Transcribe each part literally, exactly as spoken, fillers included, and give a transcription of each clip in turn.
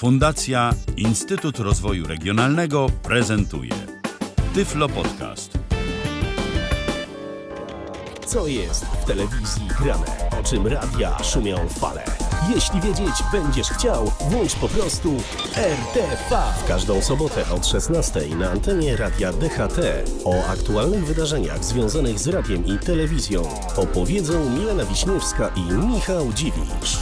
Fundacja Instytut Rozwoju Regionalnego prezentuje Tyflo Podcast. Co jest w telewizji grane? O czym radia szumią fale? Jeśli wiedzieć będziesz chciał, włącz po prostu R T V. W każdą sobotę od szesnastej na antenie Radia D H T o aktualnych wydarzeniach związanych z radiem i telewizją opowiedzą Milena Wiśniewska i Michał Dziwisz.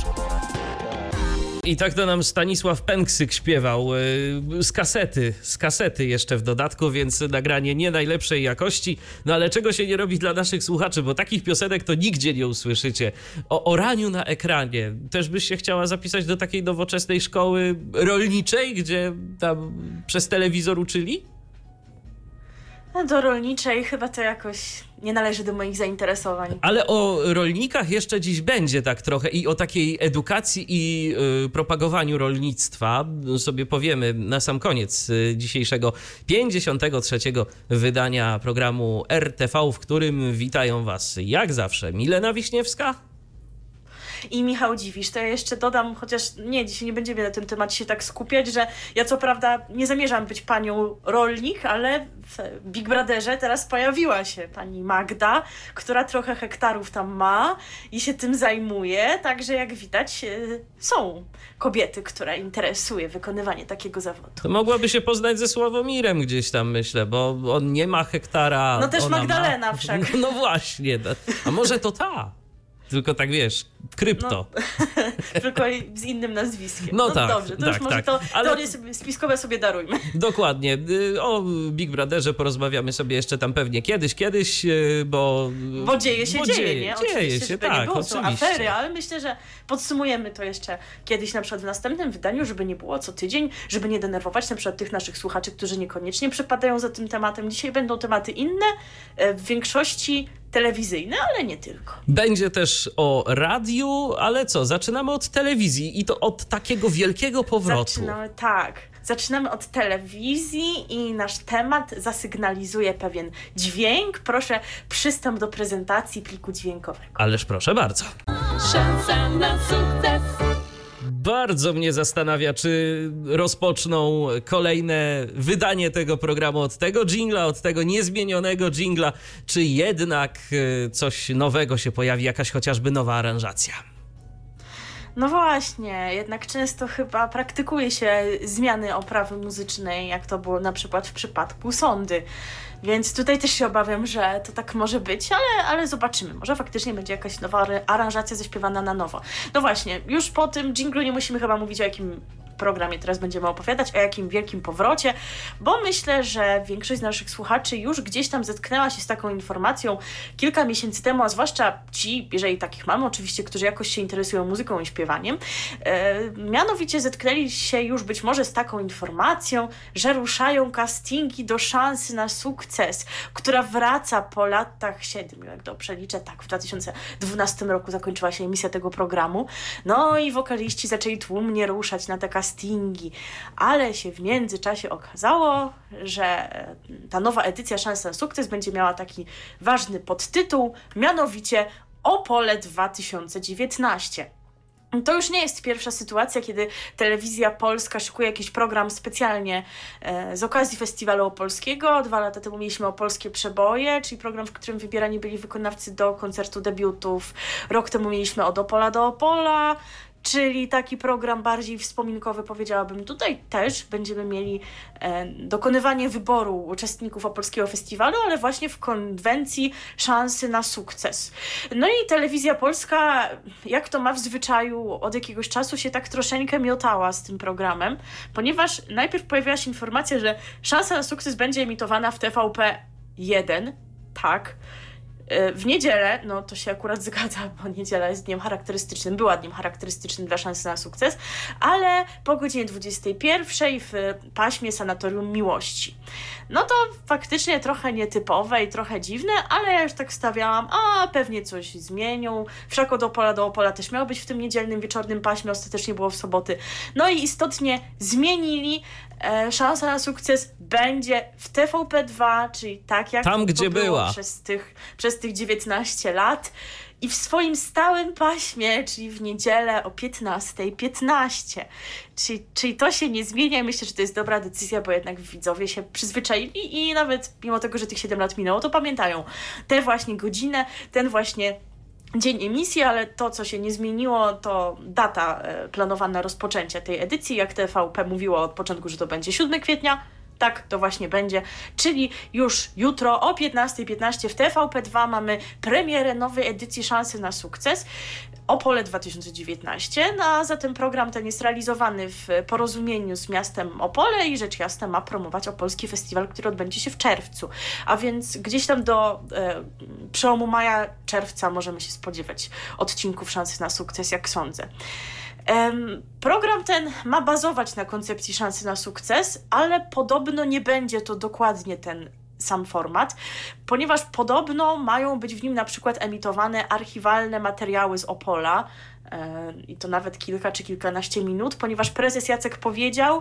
I tak to nam Stanisław Pęksyk śpiewał yy, z kasety, z kasety jeszcze w dodatku, więc nagranie nie najlepszej jakości, no ale czego się nie robi dla naszych słuchaczy, bo takich piosenek to nigdzie nie usłyszycie. O oraniu na ekranie. Też byś się chciała zapisać do takiej nowoczesnej szkoły rolniczej, gdzie tam przez telewizor uczyli? No do rolniczej chyba to jakoś nie należy do moich zainteresowań. Ale o rolnikach jeszcze dziś będzie tak trochę i o takiej edukacji i y, propagowaniu rolnictwa sobie powiemy na sam koniec y, dzisiejszego pięćdziesiątego trzeciego wydania programu R T V, w którym witają Was jak zawsze Milena Wiśniewska i Michał Dziwisz. To ja jeszcze dodam, chociaż nie, dzisiaj nie będziemy na tym temacie się tak skupiać, że ja co prawda nie zamierzam być panią rolnik, ale w Big Brotherze teraz pojawiła się pani Magda, która trochę hektarów tam ma i się tym zajmuje, także jak widać są kobiety, które interesuje wykonywanie takiego zawodu. To mogłaby się poznać ze Sławomirem gdzieś tam, myślę, bo on nie ma hektara. No też Magdalena ma... wszak. No właśnie, a może to ta? Tylko tak wiesz, krypto. No, tylko z innym nazwiskiem. No, no tak, dobrze, to tak, już może tak. to Ale... teorie sobie, spiskowe sobie darujmy. Dokładnie. O Big Brotherze porozmawiamy sobie jeszcze tam pewnie kiedyś, kiedyś, bo... Bo dzieje się, bo dzieje, dzieje, nie? Dzieje oczywiście, się, żeby tak, nie było, są oczywiście. afery, ale myślę, że podsumujemy to jeszcze kiedyś na przykład w następnym wydaniu, żeby nie było co tydzień, żeby nie denerwować na przykład tych naszych słuchaczy, którzy niekoniecznie przepadają za tym tematem. Dzisiaj będą tematy inne, w większości telewizyjne, ale nie tylko. Będzie też o radiu, ale co? Zaczynamy od telewizji i to od takiego wielkiego powrotu. Zaczynamy, tak. Zaczynamy od telewizji i nasz temat zasygnalizuje pewien dźwięk. Proszę, przystąp do prezentacji pliku dźwiękowego. Ależ proszę bardzo. Szansa na sukces. Bardzo mnie zastanawia, czy rozpoczną kolejne wydanie tego programu od tego dżingla, od tego niezmienionego dżingla, czy jednak coś nowego się pojawi, jakaś chociażby nowa aranżacja. No właśnie, jednak często chyba praktykuje się zmiany oprawy muzycznej, jak to było na przykład w przypadku Sondy. Więc tutaj też się obawiam, że to tak może być, ale, ale zobaczymy. Może faktycznie będzie jakaś nowa aranżacja zaśpiewana na nowo. No właśnie, już po tym dżinglu nie musimy chyba mówić o jakim programie teraz będziemy opowiadać, o jakim wielkim powrocie, bo myślę, że większość z naszych słuchaczy już gdzieś tam zetknęła się z taką informacją kilka miesięcy temu, a zwłaszcza ci, jeżeli takich mamy oczywiście, którzy jakoś się interesują muzyką i śpiewaniem, e, mianowicie zetknęli się już być może z taką informacją, że ruszają castingi do Szansy na sukces, która wraca po latach siedmiu, jak dobrze liczę, tak, w dwa tysiące dwunastym roku zakończyła się emisja tego programu, no i wokaliści zaczęli tłumnie ruszać na te castingi, ale się w międzyczasie okazało, że ta nowa edycja Szansy na sukces będzie miała taki ważny podtytuł, mianowicie Opole dwa tysiące dziewiętnaście. To już nie jest pierwsza sytuacja, kiedy Telewizja Polska szykuje jakiś program specjalnie e, z okazji Festiwalu Opolskiego. Dwa lata temu mieliśmy Opolskie Przeboje, czyli program, w którym wybierani byli wykonawcy do koncertu debiutów. Rok temu mieliśmy Od Opola do Opola, czyli taki program bardziej wspominkowy, powiedziałabym. Tutaj też będziemy mieli e, dokonywanie wyboru uczestników Opolskiego Festiwalu, ale właśnie w konwencji Szansy na sukces. No i Telewizja Polska, jak to ma w zwyczaju, od jakiegoś czasu się tak troszeczkę miotała z tym programem, ponieważ najpierw pojawiła się informacja, że Szansa na sukces będzie emitowana w T V P jeden, tak, w niedzielę, no to się akurat zgadza, bo niedziela jest dniem charakterystycznym, była dniem charakterystycznym dla Szansy na sukces, ale po godzinie dwudziestej pierwszej w paśmie Sanatorium Miłości. No to faktycznie trochę nietypowe i trochę dziwne, ale ja już tak stawiałam, a pewnie coś zmienią. Wszak Od Opola do Opola też miało być w tym niedzielnym, wieczornym paśmie, ostatecznie było w soboty. No i istotnie zmienili. E, Szansa na sukces będzie w T V P dwa, czyli tak jak tam, to gdzie było była przez tych, przez tych dziewiętnaście lat. i w swoim stałym paśmie, czyli w niedzielę o piętnasta piętnaście. Czyli, czyli to się nie zmienia i myślę, że to jest dobra decyzja, bo jednak widzowie się przyzwyczaili i nawet mimo tego, że tych siedem lat minęło, to pamiętają tę właśnie godzinę, ten właśnie dzień emisji, ale to, co się nie zmieniło, to data e, planowana rozpoczęcia tej edycji. Jak T V P mówiło od początku, że to będzie siódmego kwietnia, tak to właśnie będzie, czyli już jutro o piętnasta piętnaście w T V P dwa mamy premierę nowej edycji Szansy na sukces. Opole dwa tysiące dziewiętnaście, no a zatem program ten jest realizowany w porozumieniu z miastem Opole i rzecz jasna ma promować Opolski Festiwal, który odbędzie się w czerwcu, a więc gdzieś tam do e, przełomu maja, czerwca możemy się spodziewać odcinków Szansy na sukces, jak sądzę. Um, program ten ma bazować na koncepcji Szansy na sukces, ale podobno nie będzie to dokładnie ten sam format, ponieważ podobno mają być w nim na przykład emitowane archiwalne materiały z Opola, i to nawet kilka czy kilkanaście minut, ponieważ prezes Jacek powiedział,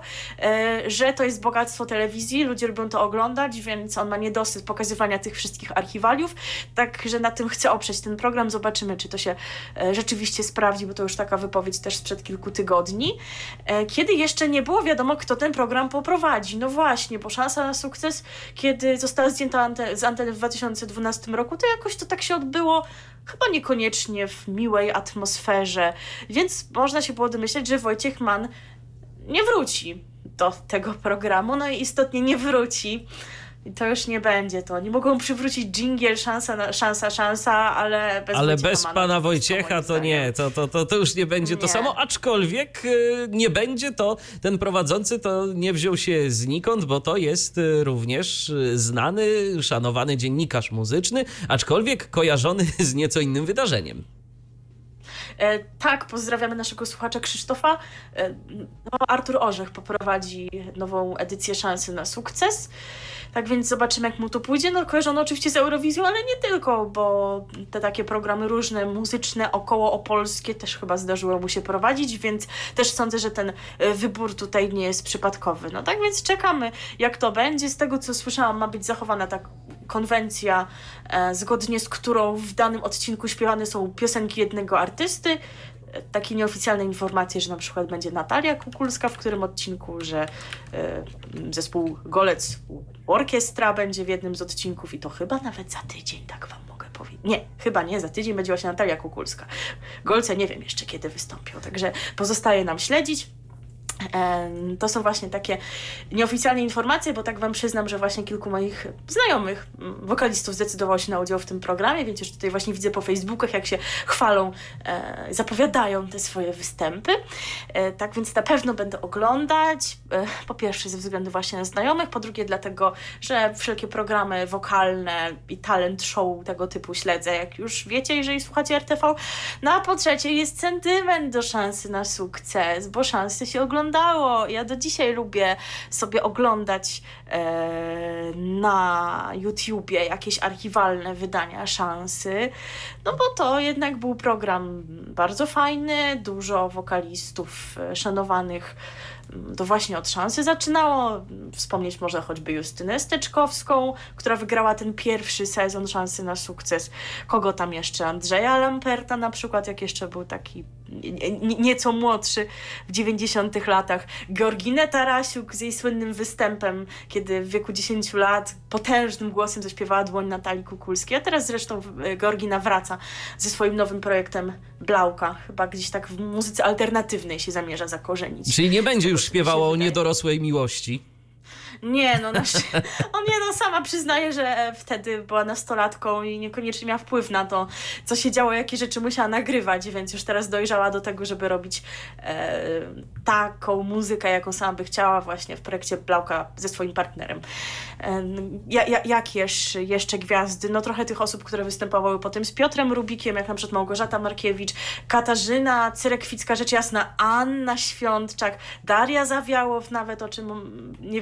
że to jest bogactwo telewizji, ludzie lubią to oglądać, więc on ma niedosyt pokazywania tych wszystkich archiwaliów, także na tym chce oprzeć ten program. Zobaczymy, czy to się rzeczywiście sprawdzi, bo to już taka wypowiedź też sprzed kilku tygodni, kiedy jeszcze nie było wiadomo, kto ten program poprowadzi. No właśnie, bo Szansa na sukces, kiedy została zdjęta ante- z anteny w dwa tysiące dwunastym roku, to jakoś to tak się odbyło chyba niekoniecznie w miłej atmosferze, więc można się było domyśleć, że Wojciech Mann nie wróci do tego programu, no i istotnie nie wróci. I to już nie będzie to. Nie mogą przywrócić dżingiel szansa, na, szansa, szansa, ale bez Ale Wojciecha bez Manna, pana to Wojciecha to nie, to, to, to, to już nie będzie to Nie. samo, aczkolwiek y, nie będzie to, ten prowadzący to nie wziął się znikąd, bo to jest y, również y, znany, szanowany dziennikarz muzyczny, aczkolwiek kojarzony z nieco innym wydarzeniem. E, tak, pozdrawiamy naszego słuchacza Krzysztofa. E, no, Artur Orzech poprowadzi nową edycję Szansy na sukces. Tak więc zobaczymy, jak mu to pójdzie. No, kojarzony oczywiście z Eurowizją, ale nie tylko, bo te takie programy różne, muzyczne, około opolskie też chyba zdarzyło mu się prowadzić, więc też sądzę, że ten wybór tutaj nie jest przypadkowy. No tak więc czekamy, jak to będzie. Z tego, co słyszałam, ma być zachowana ta konwencja, e, zgodnie z którą w danym odcinku śpiewane są piosenki jednego artysty. Takie nieoficjalne informacje, że na przykład będzie Natalia Kukulska w którym odcinku, że e, zespół Golec Orkiestra będzie w jednym z odcinków i to chyba nawet za tydzień, tak wam mogę powiedzieć. Nie, chyba nie, za tydzień będzie właśnie Natalia Kukulska. Golce nie wiem jeszcze kiedy wystąpią, także pozostaje nam śledzić. To są właśnie takie nieoficjalne informacje, bo tak wam przyznam, że właśnie kilku moich znajomych wokalistów zdecydowało się na udział w tym programie, więc już tutaj właśnie widzę po Facebookach, jak się chwalą, e, zapowiadają te swoje występy. E, tak więc na pewno będę oglądać, e, po pierwsze ze względu właśnie na znajomych, po drugie dlatego, że wszelkie programy wokalne i talent show tego typu śledzę, jak już wiecie, jeżeli słuchacie R T V. No a po trzecie jest sentyment do Szansy na sukces, bo szansy się oglądają. Ja do dzisiaj lubię sobie oglądać e, na YouTubie jakieś archiwalne wydania Szansy, no bo to jednak był program bardzo fajny, dużo wokalistów e, szanowanych. To właśnie od Szansy zaczynało. Wspomnieć można choćby Justynę Steczkowską, która wygrała ten pierwszy sezon Szansy na sukces. Kogo tam jeszcze? Andrzeja Lamperta na przykład, jak jeszcze był taki nie, nieco młodszy w dziewięćdziesiątych latach. Georginę Tarasiuk z jej słynnym występem, kiedy w wieku dziesięciu lat potężnym głosem zaśpiewała Dłoń Natalii Kukulskiej. A teraz zresztą Georgina wraca ze swoim nowym projektem Blauka. Chyba gdzieś tak w muzyce alternatywnej się zamierza zakorzenić. Czyli nie będzie już się śpiewało o wydaje. niedorosłej miłości. Nie, no nasz, on nie, no sama przyznaje, że wtedy była nastolatką i niekoniecznie miała wpływ na to, co się działo, jakie rzeczy musiała nagrywać, więc już teraz dojrzała do tego, żeby robić e, taką muzykę, jaką sama by chciała właśnie w projekcie Blauka ze swoim partnerem. E, ja, ja, jakież jeszcze gwiazdy? No trochę tych osób, które występowały potem z Piotrem Rubikiem, jak na przykład Małgorzata Markiewicz, Katarzyna Cyrekwicka, rzecz jasna, Anna Świątczak, Daria Zawiałow nawet, o czym nie wiem, czy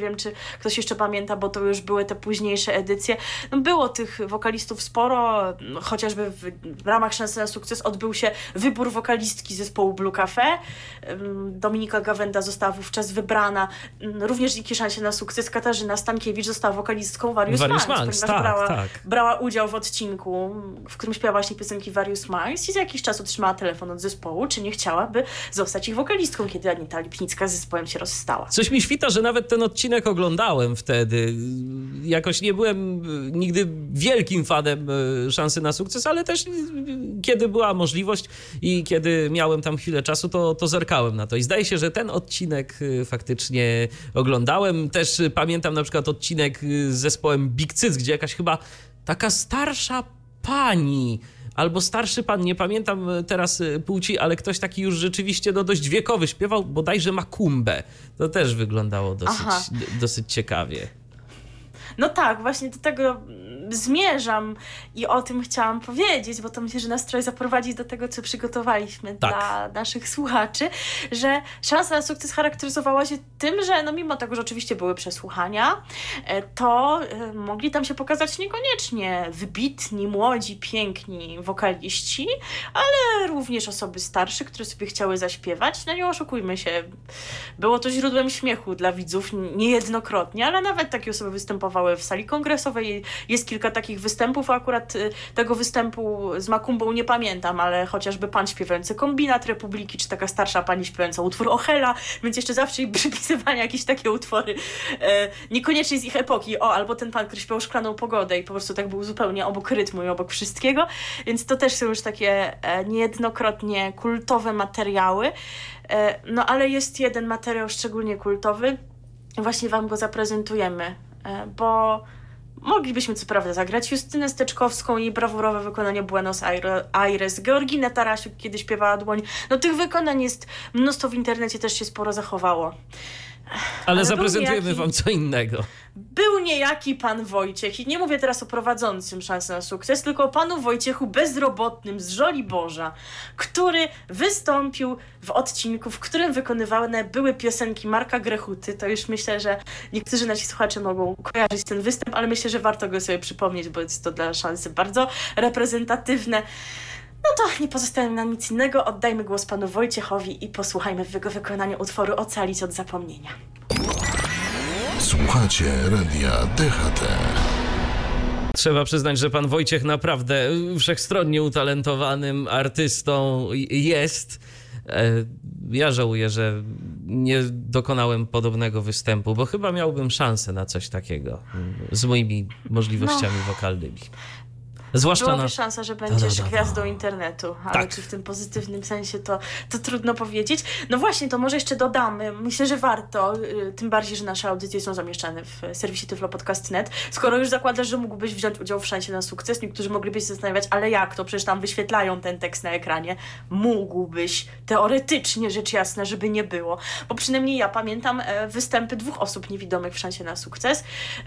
ktoś jeszcze pamięta, bo to już były te późniejsze edycje. No było tych wokalistów sporo, no, chociażby w, w ramach Szansy na sukces odbył się wybór wokalistki zespołu Blue Cafe. Dominika Gawenda została wówczas wybrana. Również dzięki Szansie na sukces Katarzyna Stankiewicz została wokalistką Various Various Minds, Minds, ponieważ tak, brała, tak. brała udział w odcinku, w którym śpiewała właśnie piosenki Various Minds i za jakiś czas otrzymała telefon od zespołu, czy nie chciałaby zostać ich wokalistką, kiedy Anita Lipnicka z zespołem się rozstała. Coś mi świta, że nawet ten odcinek oglądałem wtedy. Jakoś nie byłem nigdy wielkim fanem Szansy na sukces, ale też kiedy była możliwość i kiedy miałem tam chwilę czasu, to, to zerkałem na to. I zdaje się, że ten odcinek faktycznie oglądałem. Też pamiętam na przykład odcinek z zespołem Big Cyc, gdzie jakaś chyba taka starsza pani albo starszy pan, nie pamiętam teraz płci, ale ktoś taki już rzeczywiście no, dość wiekowy śpiewał, bodajże Makumbę. To też wyglądało dosyć, dosyć ciekawie. No tak, właśnie do tego zmierzam i o tym chciałam powiedzieć, bo to myślę, że nas trochę zaprowadzi do tego, co przygotowaliśmy tak. dla naszych słuchaczy, że Szansa na sukces charakteryzowała się tym, że no mimo tego, że oczywiście były przesłuchania, to mogli tam się pokazać niekoniecznie wybitni, młodzi, piękni wokaliści, ale również osoby starsze, które sobie chciały zaśpiewać. No nie oszukujmy się, było to źródłem śmiechu dla widzów niejednokrotnie, ale nawet takie osoby występowały w sali kongresowej. Jest kilka takich występów, a akurat tego występu z Makumbą nie pamiętam, ale chociażby pan śpiewający Kombinat Republiki, czy taka starsza pani śpiewająca utwór Ochela, więc jeszcze zawsze jej przypisywali jakieś takie utwory, e, niekoniecznie z ich epoki, o, albo ten pan, który śpiewał Szklaną Pogodę i po prostu tak był zupełnie obok rytmu i obok wszystkiego, więc to też są już takie e, niejednokrotnie kultowe materiały, e, no ale jest jeden materiał szczególnie kultowy, właśnie wam go zaprezentujemy, e, bo moglibyśmy co prawda zagrać Justynę Steczkowską i brawurowe wykonanie Buenos Aires, Georginę Tarasiuk, kiedy śpiewała Dłoń. No tych wykonań jest mnóstwo w internecie, też się sporo zachowało. Ale, Ale zaprezentujemy niejaki, wam co innego. Był niejaki pan Wojciech i nie mówię teraz o prowadzącym Szansę na sukces, tylko o panu Wojciechu bezrobotnym z Żoliborza, który wystąpił w odcinku, w którym wykonywane były piosenki Marka Grechuty. To już myślę, że niektórzy nasi słuchacze mogą kojarzyć ten występ, ale myślę, że warto go sobie przypomnieć, bo jest to dla Szansy bardzo reprezentatywne. No to nie pozostaje nam nic innego, oddajmy głos panu Wojciechowi i posłuchajmy w jego wykonaniu utworu Ocalić od zapomnienia. Słuchacie Radia D H T. Trzeba przyznać, że pan Wojciech naprawdę wszechstronnie utalentowanym artystą jest. Ja żałuję, że nie dokonałem podobnego występu, bo chyba miałbym szansę na coś takiego z moimi możliwościami no. wokalnymi. Zwłaszcza Byłaby na... szansa, że będziesz da, da, da. gwiazdą internetu, ale tak. czy w tym pozytywnym sensie to, to trudno powiedzieć. No właśnie, to może jeszcze dodamy. Myślę, że warto, tym bardziej, że nasze audycje są zamieszczane w serwisie tyflo podcast kropka net. Skoro już zakładasz, że mógłbyś wziąć udział w Szansie na sukces, niektórzy mogliby się zastanawiać, ale jak to? Przecież tam wyświetlają ten tekst na ekranie. Mógłbyś, teoretycznie rzecz jasna, żeby nie było. Bo przynajmniej ja pamiętam występy dwóch osób niewidomych w Szansie na sukces.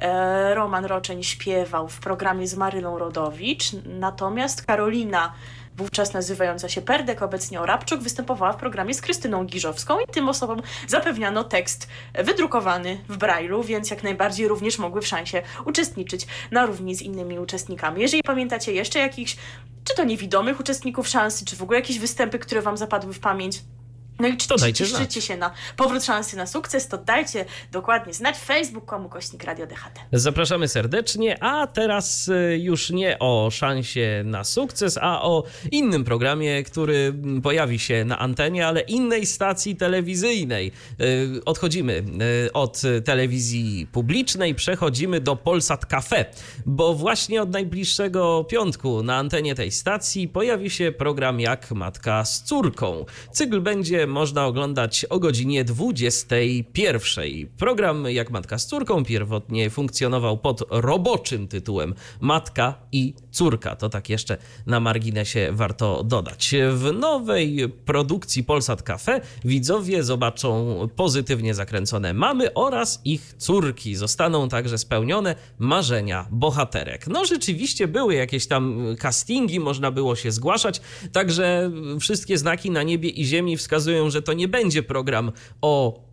Roman Roczeń śpiewał w programie z Maryną Rodowicz, natomiast Karolina, wówczas nazywająca się Perdek, obecnie Orabczuk, występowała w programie z Krystyną Giżowską i tym osobom zapewniano tekst wydrukowany w brajlu, więc jak najbardziej również mogły w Szansie uczestniczyć na równi z innymi uczestnikami. Jeżeli pamiętacie jeszcze jakichś, czy to niewidomych uczestników Szansy, czy w ogóle jakieś występy, które wam zapadły w pamięć, no i czy cieszycie się na powrót Szansy na sukces, to dajcie dokładnie znać. Facebook kropka com ukośnik Radio D H T. Zapraszamy serdecznie, a teraz już nie o Szansie na sukces, a o innym programie, który pojawi się na antenie, ale innej stacji telewizyjnej. Odchodzimy od telewizji publicznej, przechodzimy do Polsat Cafe, bo właśnie od najbliższego piątku na antenie tej stacji pojawi się program Jak matka z córką. Cykl będzie można oglądać o godzinie dwudziestej pierwszej. Program Jak matka z córką pierwotnie funkcjonował pod roboczym tytułem Matka i córka. To tak jeszcze na marginesie warto dodać. W nowej produkcji Polsat Cafe widzowie zobaczą pozytywnie zakręcone mamy oraz ich córki. Zostaną także spełnione marzenia bohaterek. No rzeczywiście były jakieś tam castingi, można było się zgłaszać, także wszystkie znaki na niebie i ziemi wskazują, że to nie będzie program o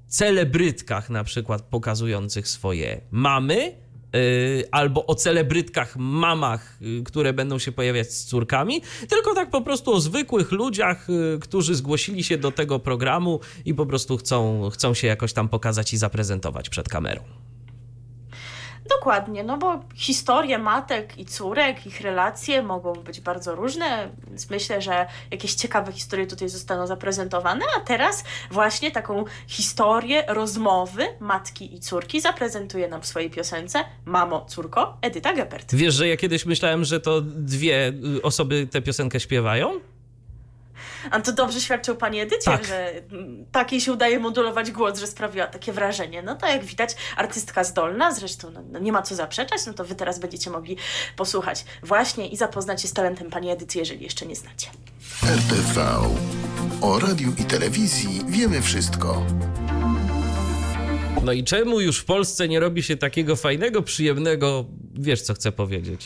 celebrytkach na przykład pokazujących swoje mamy, albo o celebrytkach mamach, które będą się pojawiać z córkami, tylko tak po prostu o zwykłych ludziach, którzy zgłosili się do tego programu i po prostu chcą, chcą się jakoś tam pokazać i zaprezentować przed kamerą. Dokładnie, no bo historie matek i córek, ich relacje mogą być bardzo różne, więc myślę, że jakieś ciekawe historie tutaj zostaną zaprezentowane, a teraz właśnie taką historię rozmowy matki i córki zaprezentuje nam w swojej piosence Mamo, córko, Edyta Geppert. Wiesz, że ja kiedyś myślałem, że to dwie osoby tę piosenkę śpiewają? A to dobrze świadczy o pani Edycie, Tak. że takiej się udaje modulować głos, że sprawiła takie wrażenie. No to jak widać, artystka zdolna, zresztą no, no nie ma co zaprzeczać, no to wy teraz będziecie mogli posłuchać właśnie i zapoznać się z talentem pani Edyty, jeżeli jeszcze nie znacie. R T V. O radiu i telewizji wiemy wszystko. No i czemu już w Polsce nie robi się takiego fajnego, przyjemnego, wiesz co chcę powiedzieć?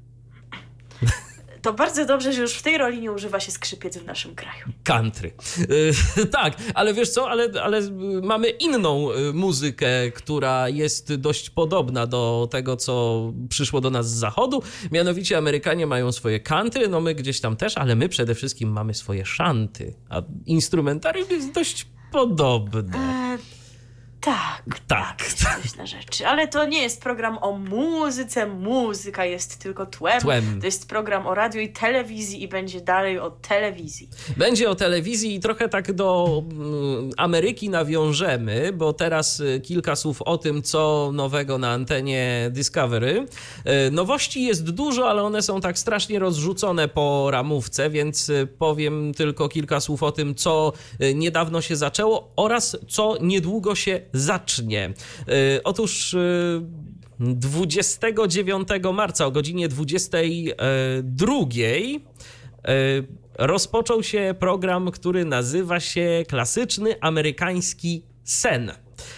To bardzo dobrze, że już w tej roli nie używa się skrzypiec w naszym kraju. Country. Yy, tak, ale wiesz co, ale, ale mamy inną muzykę, która jest dość podobna do tego, co przyszło do nas z zachodu. Mianowicie Amerykanie mają swoje country, no my gdzieś tam też, ale my przede wszystkim mamy swoje szanty, a instrumentarium jest dość podobne. E, tak, Tak. tak, coś na rzeczy. Ale to nie jest program o muzyce, muzyka jest tylko tłem. Tłem. To jest program o radiu i telewizji i będzie dalej o telewizji. Będzie o telewizji i trochę tak do mm, Ameryki nawiążemy, bo teraz y, kilka słów o tym, co nowego na antenie Discovery. Y, nowości jest dużo, ale one są tak strasznie rozrzucone po ramówce, więc y, powiem tylko kilka słów o tym, co y, niedawno się zaczęło oraz co niedługo się zacznie. Y, otóż y, dwudziestego dziewiątego marca o godzinie dwudziestej drugiej y, rozpoczął się program, który nazywa się Klasyczny Amerykański Sen.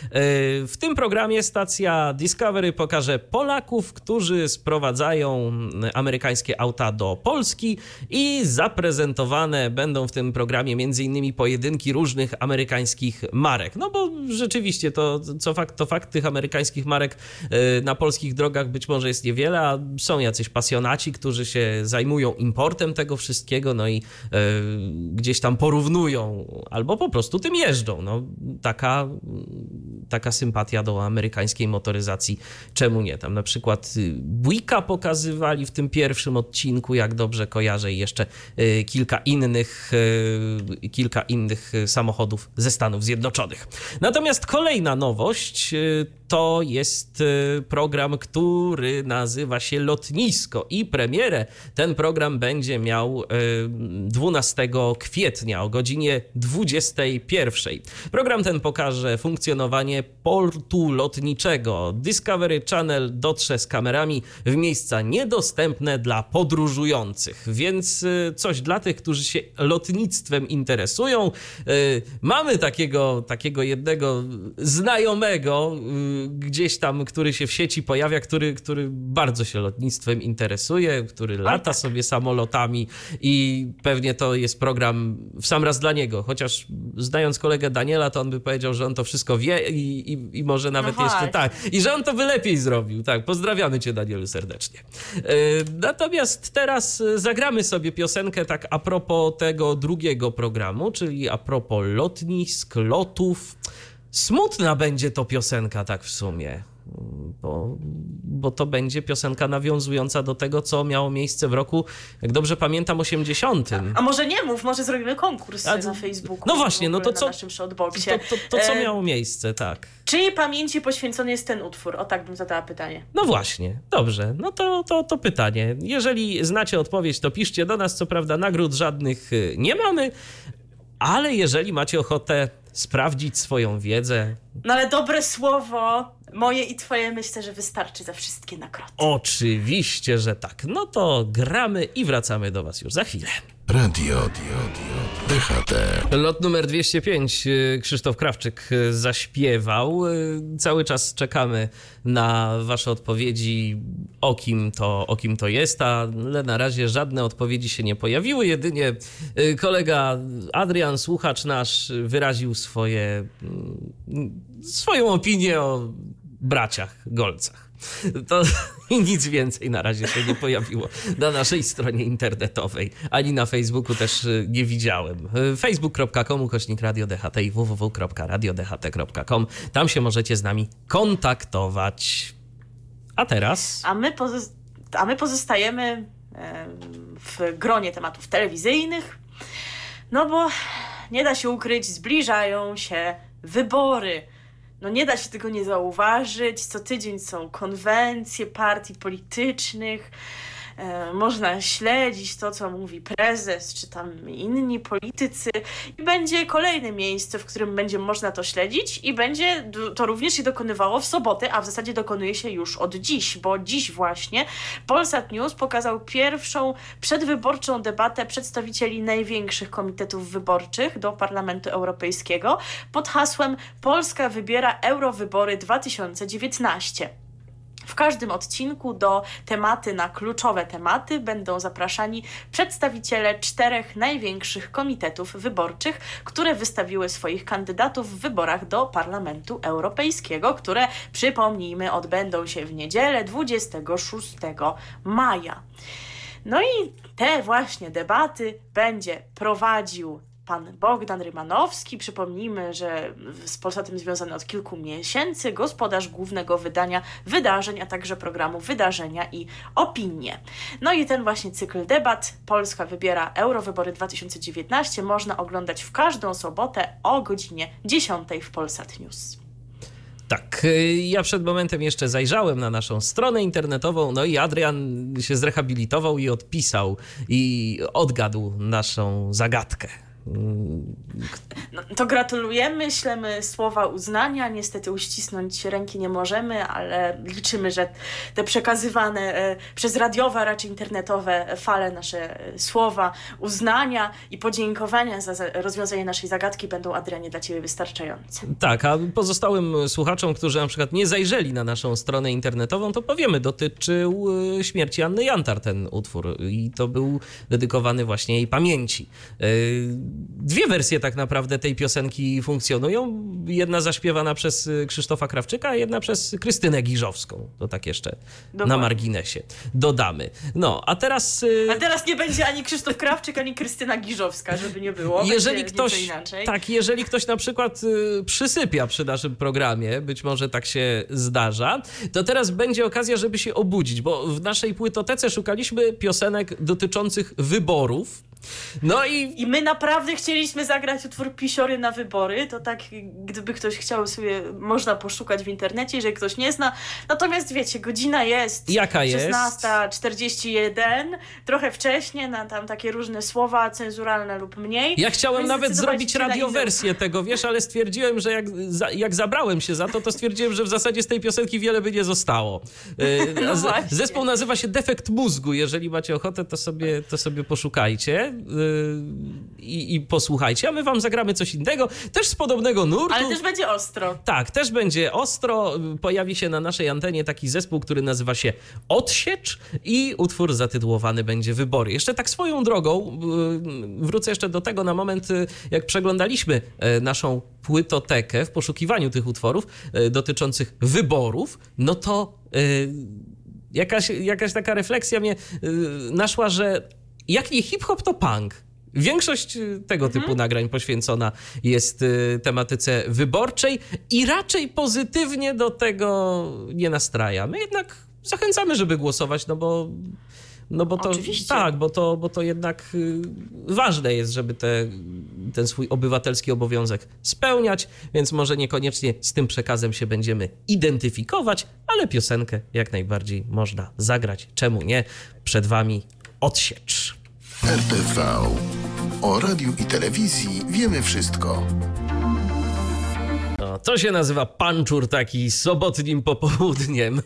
W tym programie stacja Discovery pokaże Polaków, którzy sprowadzają amerykańskie auta do Polski i zaprezentowane będą w tym programie m.in. pojedynki różnych amerykańskich marek. No bo rzeczywiście to, co fakt, to fakt tych amerykańskich marek na polskich drogach być może jest niewiele, a są jacyś pasjonaci, którzy się zajmują importem tego wszystkiego, no i y, gdzieś tam porównują albo po prostu tym jeżdżą. No, taka taka sympatia do amerykańskiej motoryzacji, czemu nie? Tam na przykład Buicka pokazywali w tym pierwszym odcinku, jak dobrze kojarzę, i jeszcze y, kilka innych y, kilka innych samochodów ze Stanów Zjednoczonych. Natomiast kolejna nowość y, to jest y, program, który nazywa się Lotnisko i premierę ten program będzie miał y, dwunastego kwietnia o godzinie dwudziestej pierwszej. Program ten pokaże funkcjonowanie portu lotniczego. Discovery Channel dotrze z kamerami w miejsca niedostępne dla podróżujących, więc coś dla tych, którzy się lotnictwem interesują. Mamy takiego, takiego jednego znajomego gdzieś tam, który się w sieci pojawia, który, który bardzo się lotnictwem interesuje, który lata sobie samolotami i pewnie to jest program w sam raz dla niego, chociaż znając kolegę Daniela, to on by powiedział, że on to wszystko wie i, i, i może nawet no jeszcze tak. I że on to by lepiej zrobił. Tak, pozdrawiamy cię, Danielu, serdecznie. Yy, natomiast teraz zagramy sobie piosenkę tak a propos tego drugiego programu, czyli a propos lotnisk, lotów. Smutna będzie to piosenka tak w sumie, bo, bo to będzie piosenka nawiązująca do tego, co miało miejsce w roku, jak dobrze pamiętam, osiemdziesiątym. A, a może nie mów, może zrobimy konkurs A, na Facebooku. No właśnie, no to na co, naszym Shoutboxie. to, to, to co e... miało miejsce, tak. Czyjej pamięci poświęcony jest ten utwór? O tak bym zadała pytanie. No właśnie, dobrze, no to, to, to pytanie. Jeżeli znacie odpowiedź, to piszcie do nas, co prawda nagród żadnych nie mamy, ale jeżeli macie ochotę sprawdzić swoją wiedzę... No ale dobre słowo, moje i twoje, myślę, że wystarczy za wszystkie nagrody. Oczywiście, że tak. No to gramy i wracamy do was już za chwilę. Radio D H T. Lot numer dwieście pięć Krzysztof Krawczyk zaśpiewał. Cały czas czekamy na wasze odpowiedzi, o kim to, o kim to jest, ale na razie żadne odpowiedzi się nie pojawiły. Jedynie kolega Adrian, słuchacz nasz, wyraził swoje, swoją opinię o braciach Golcach. To nic więcej na razie się nie pojawiło na naszej stronie internetowej, ani na Facebooku też nie widziałem. facebook kropka com ukośnik Radio D H T i w w w kropka radio d h t kropka com. Tam się możecie z nami kontaktować. A teraz... A my, pozo- a my pozostajemy em, w gronie tematów telewizyjnych, no bo nie da się ukryć, zbliżają się wybory. No nie da się tego nie zauważyć. Co tydzień są konwencje partii politycznych. E, można śledzić to, co mówi prezes, czy tam inni politycy. I będzie kolejne miejsce, w którym będzie można to śledzić i będzie to również się dokonywało w sobotę, a w zasadzie dokonuje się już od dziś, bo dziś właśnie Polsat News pokazał pierwszą przedwyborczą debatę przedstawicieli największych komitetów wyborczych do Parlamentu Europejskiego pod hasłem Polska wybiera Eurowybory dwa tysiące dziewiętnaście. W każdym odcinku do tematy na kluczowe tematy będą zapraszani przedstawiciele czterech największych komitetów wyborczych, które wystawiły swoich kandydatów w wyborach do Parlamentu Europejskiego, które, przypomnijmy, odbędą się w niedzielę dwudziestego szóstego maja. No i te właśnie debaty będzie prowadził pan Bogdan Rymanowski. Przypomnijmy, że z Polsatem związany od kilku miesięcy, gospodarz głównego wydania wydarzeń, a także programu Wydarzenia i Opinie. No i ten właśnie cykl debat Polska wybiera Eurowybory dwa tysiące dziewiętnaście można oglądać w każdą sobotę o godzinie dziesiątej w Polsat News. Tak, ja przed momentem jeszcze zajrzałem na naszą stronę internetową, no i Adrian się zrehabilitował i odpisał i odgadł naszą zagadkę. No, to gratulujemy, ślemy słowa uznania. Niestety uścisnąć ręki nie możemy, ale liczymy, że te przekazywane e, przez radiowe, a raczej internetowe fale nasze e, słowa uznania i podziękowania za, za rozwiązanie naszej zagadki będą, Adrianie, dla Ciebie wystarczające. Tak, a pozostałym słuchaczom, którzy na przykład nie zajrzeli na naszą stronę internetową, to powiemy, dotyczył śmierci Anny Jantar ten utwór i to był dedykowany właśnie jej pamięci. Dwie wersje tak naprawdę tej piosenki funkcjonują. Jedna zaśpiewana przez Krzysztofa Krawczyka, a jedna przez Krystynę Giżowską. To tak jeszcze Dokładnie. na marginesie dodamy. No, a teraz... A teraz nie będzie ani Krzysztof Krawczyk, ani Krystyna Giżowska, żeby nie było. Jeżeli ktoś, tak, jeżeli ktoś na przykład przysypia przy naszym programie, być może tak się zdarza, to teraz będzie okazja, żeby się obudzić, bo w naszej płytotece szukaliśmy piosenek dotyczących wyborów. No i... I my naprawdę chcieliśmy zagrać utwór Pisiory na wybory, to tak gdyby ktoś chciał sobie, można poszukać w internecie, jeżeli ktoś nie zna. Natomiast wiecie, godzina jest Jaka jest? szesnasta czterdzieści jeden, trochę wcześnie, na tam takie różne słowa cenzuralne lub mniej. Ja chciałem nawet zrobić radiowersję tego, wiesz, ale stwierdziłem, że jak, za, jak zabrałem się za to, to stwierdziłem, że w zasadzie z tej piosenki wiele by nie zostało. No Z, zespół nazywa się Defekt Mózgu, jeżeli macie ochotę, to sobie, to sobie poszukajcie. I, i posłuchajcie, a my wam zagramy coś innego, też z podobnego nurtu. Ale też będzie ostro. Tak, też będzie ostro. Pojawi się na naszej antenie taki zespół, który nazywa się Odsiecz i utwór zatytułowany będzie Wybory. Jeszcze tak swoją drogą, wrócę jeszcze do tego na moment, jak przeglądaliśmy naszą płytotekę w poszukiwaniu tych utworów dotyczących wyborów, no to jakaś, jakaś taka refleksja mnie naszła, że jak nie hip-hop, to punk. Większość tego typu mhm. nagrań poświęcona jest tematyce wyborczej i raczej pozytywnie do tego nie nastraja. My jednak zachęcamy, żeby głosować, no bo, no bo to Oczywiście. tak, bo to, bo to jednak ważne jest, żeby te, ten swój obywatelski obowiązek spełniać, więc może niekoniecznie z tym przekazem się będziemy identyfikować, ale piosenkę jak najbardziej można zagrać. Czemu nie? Przed wami Odsiecz. R T V. O radiu i telewizji wiemy wszystko. No to się nazywa panczur taki sobotnim popołudniem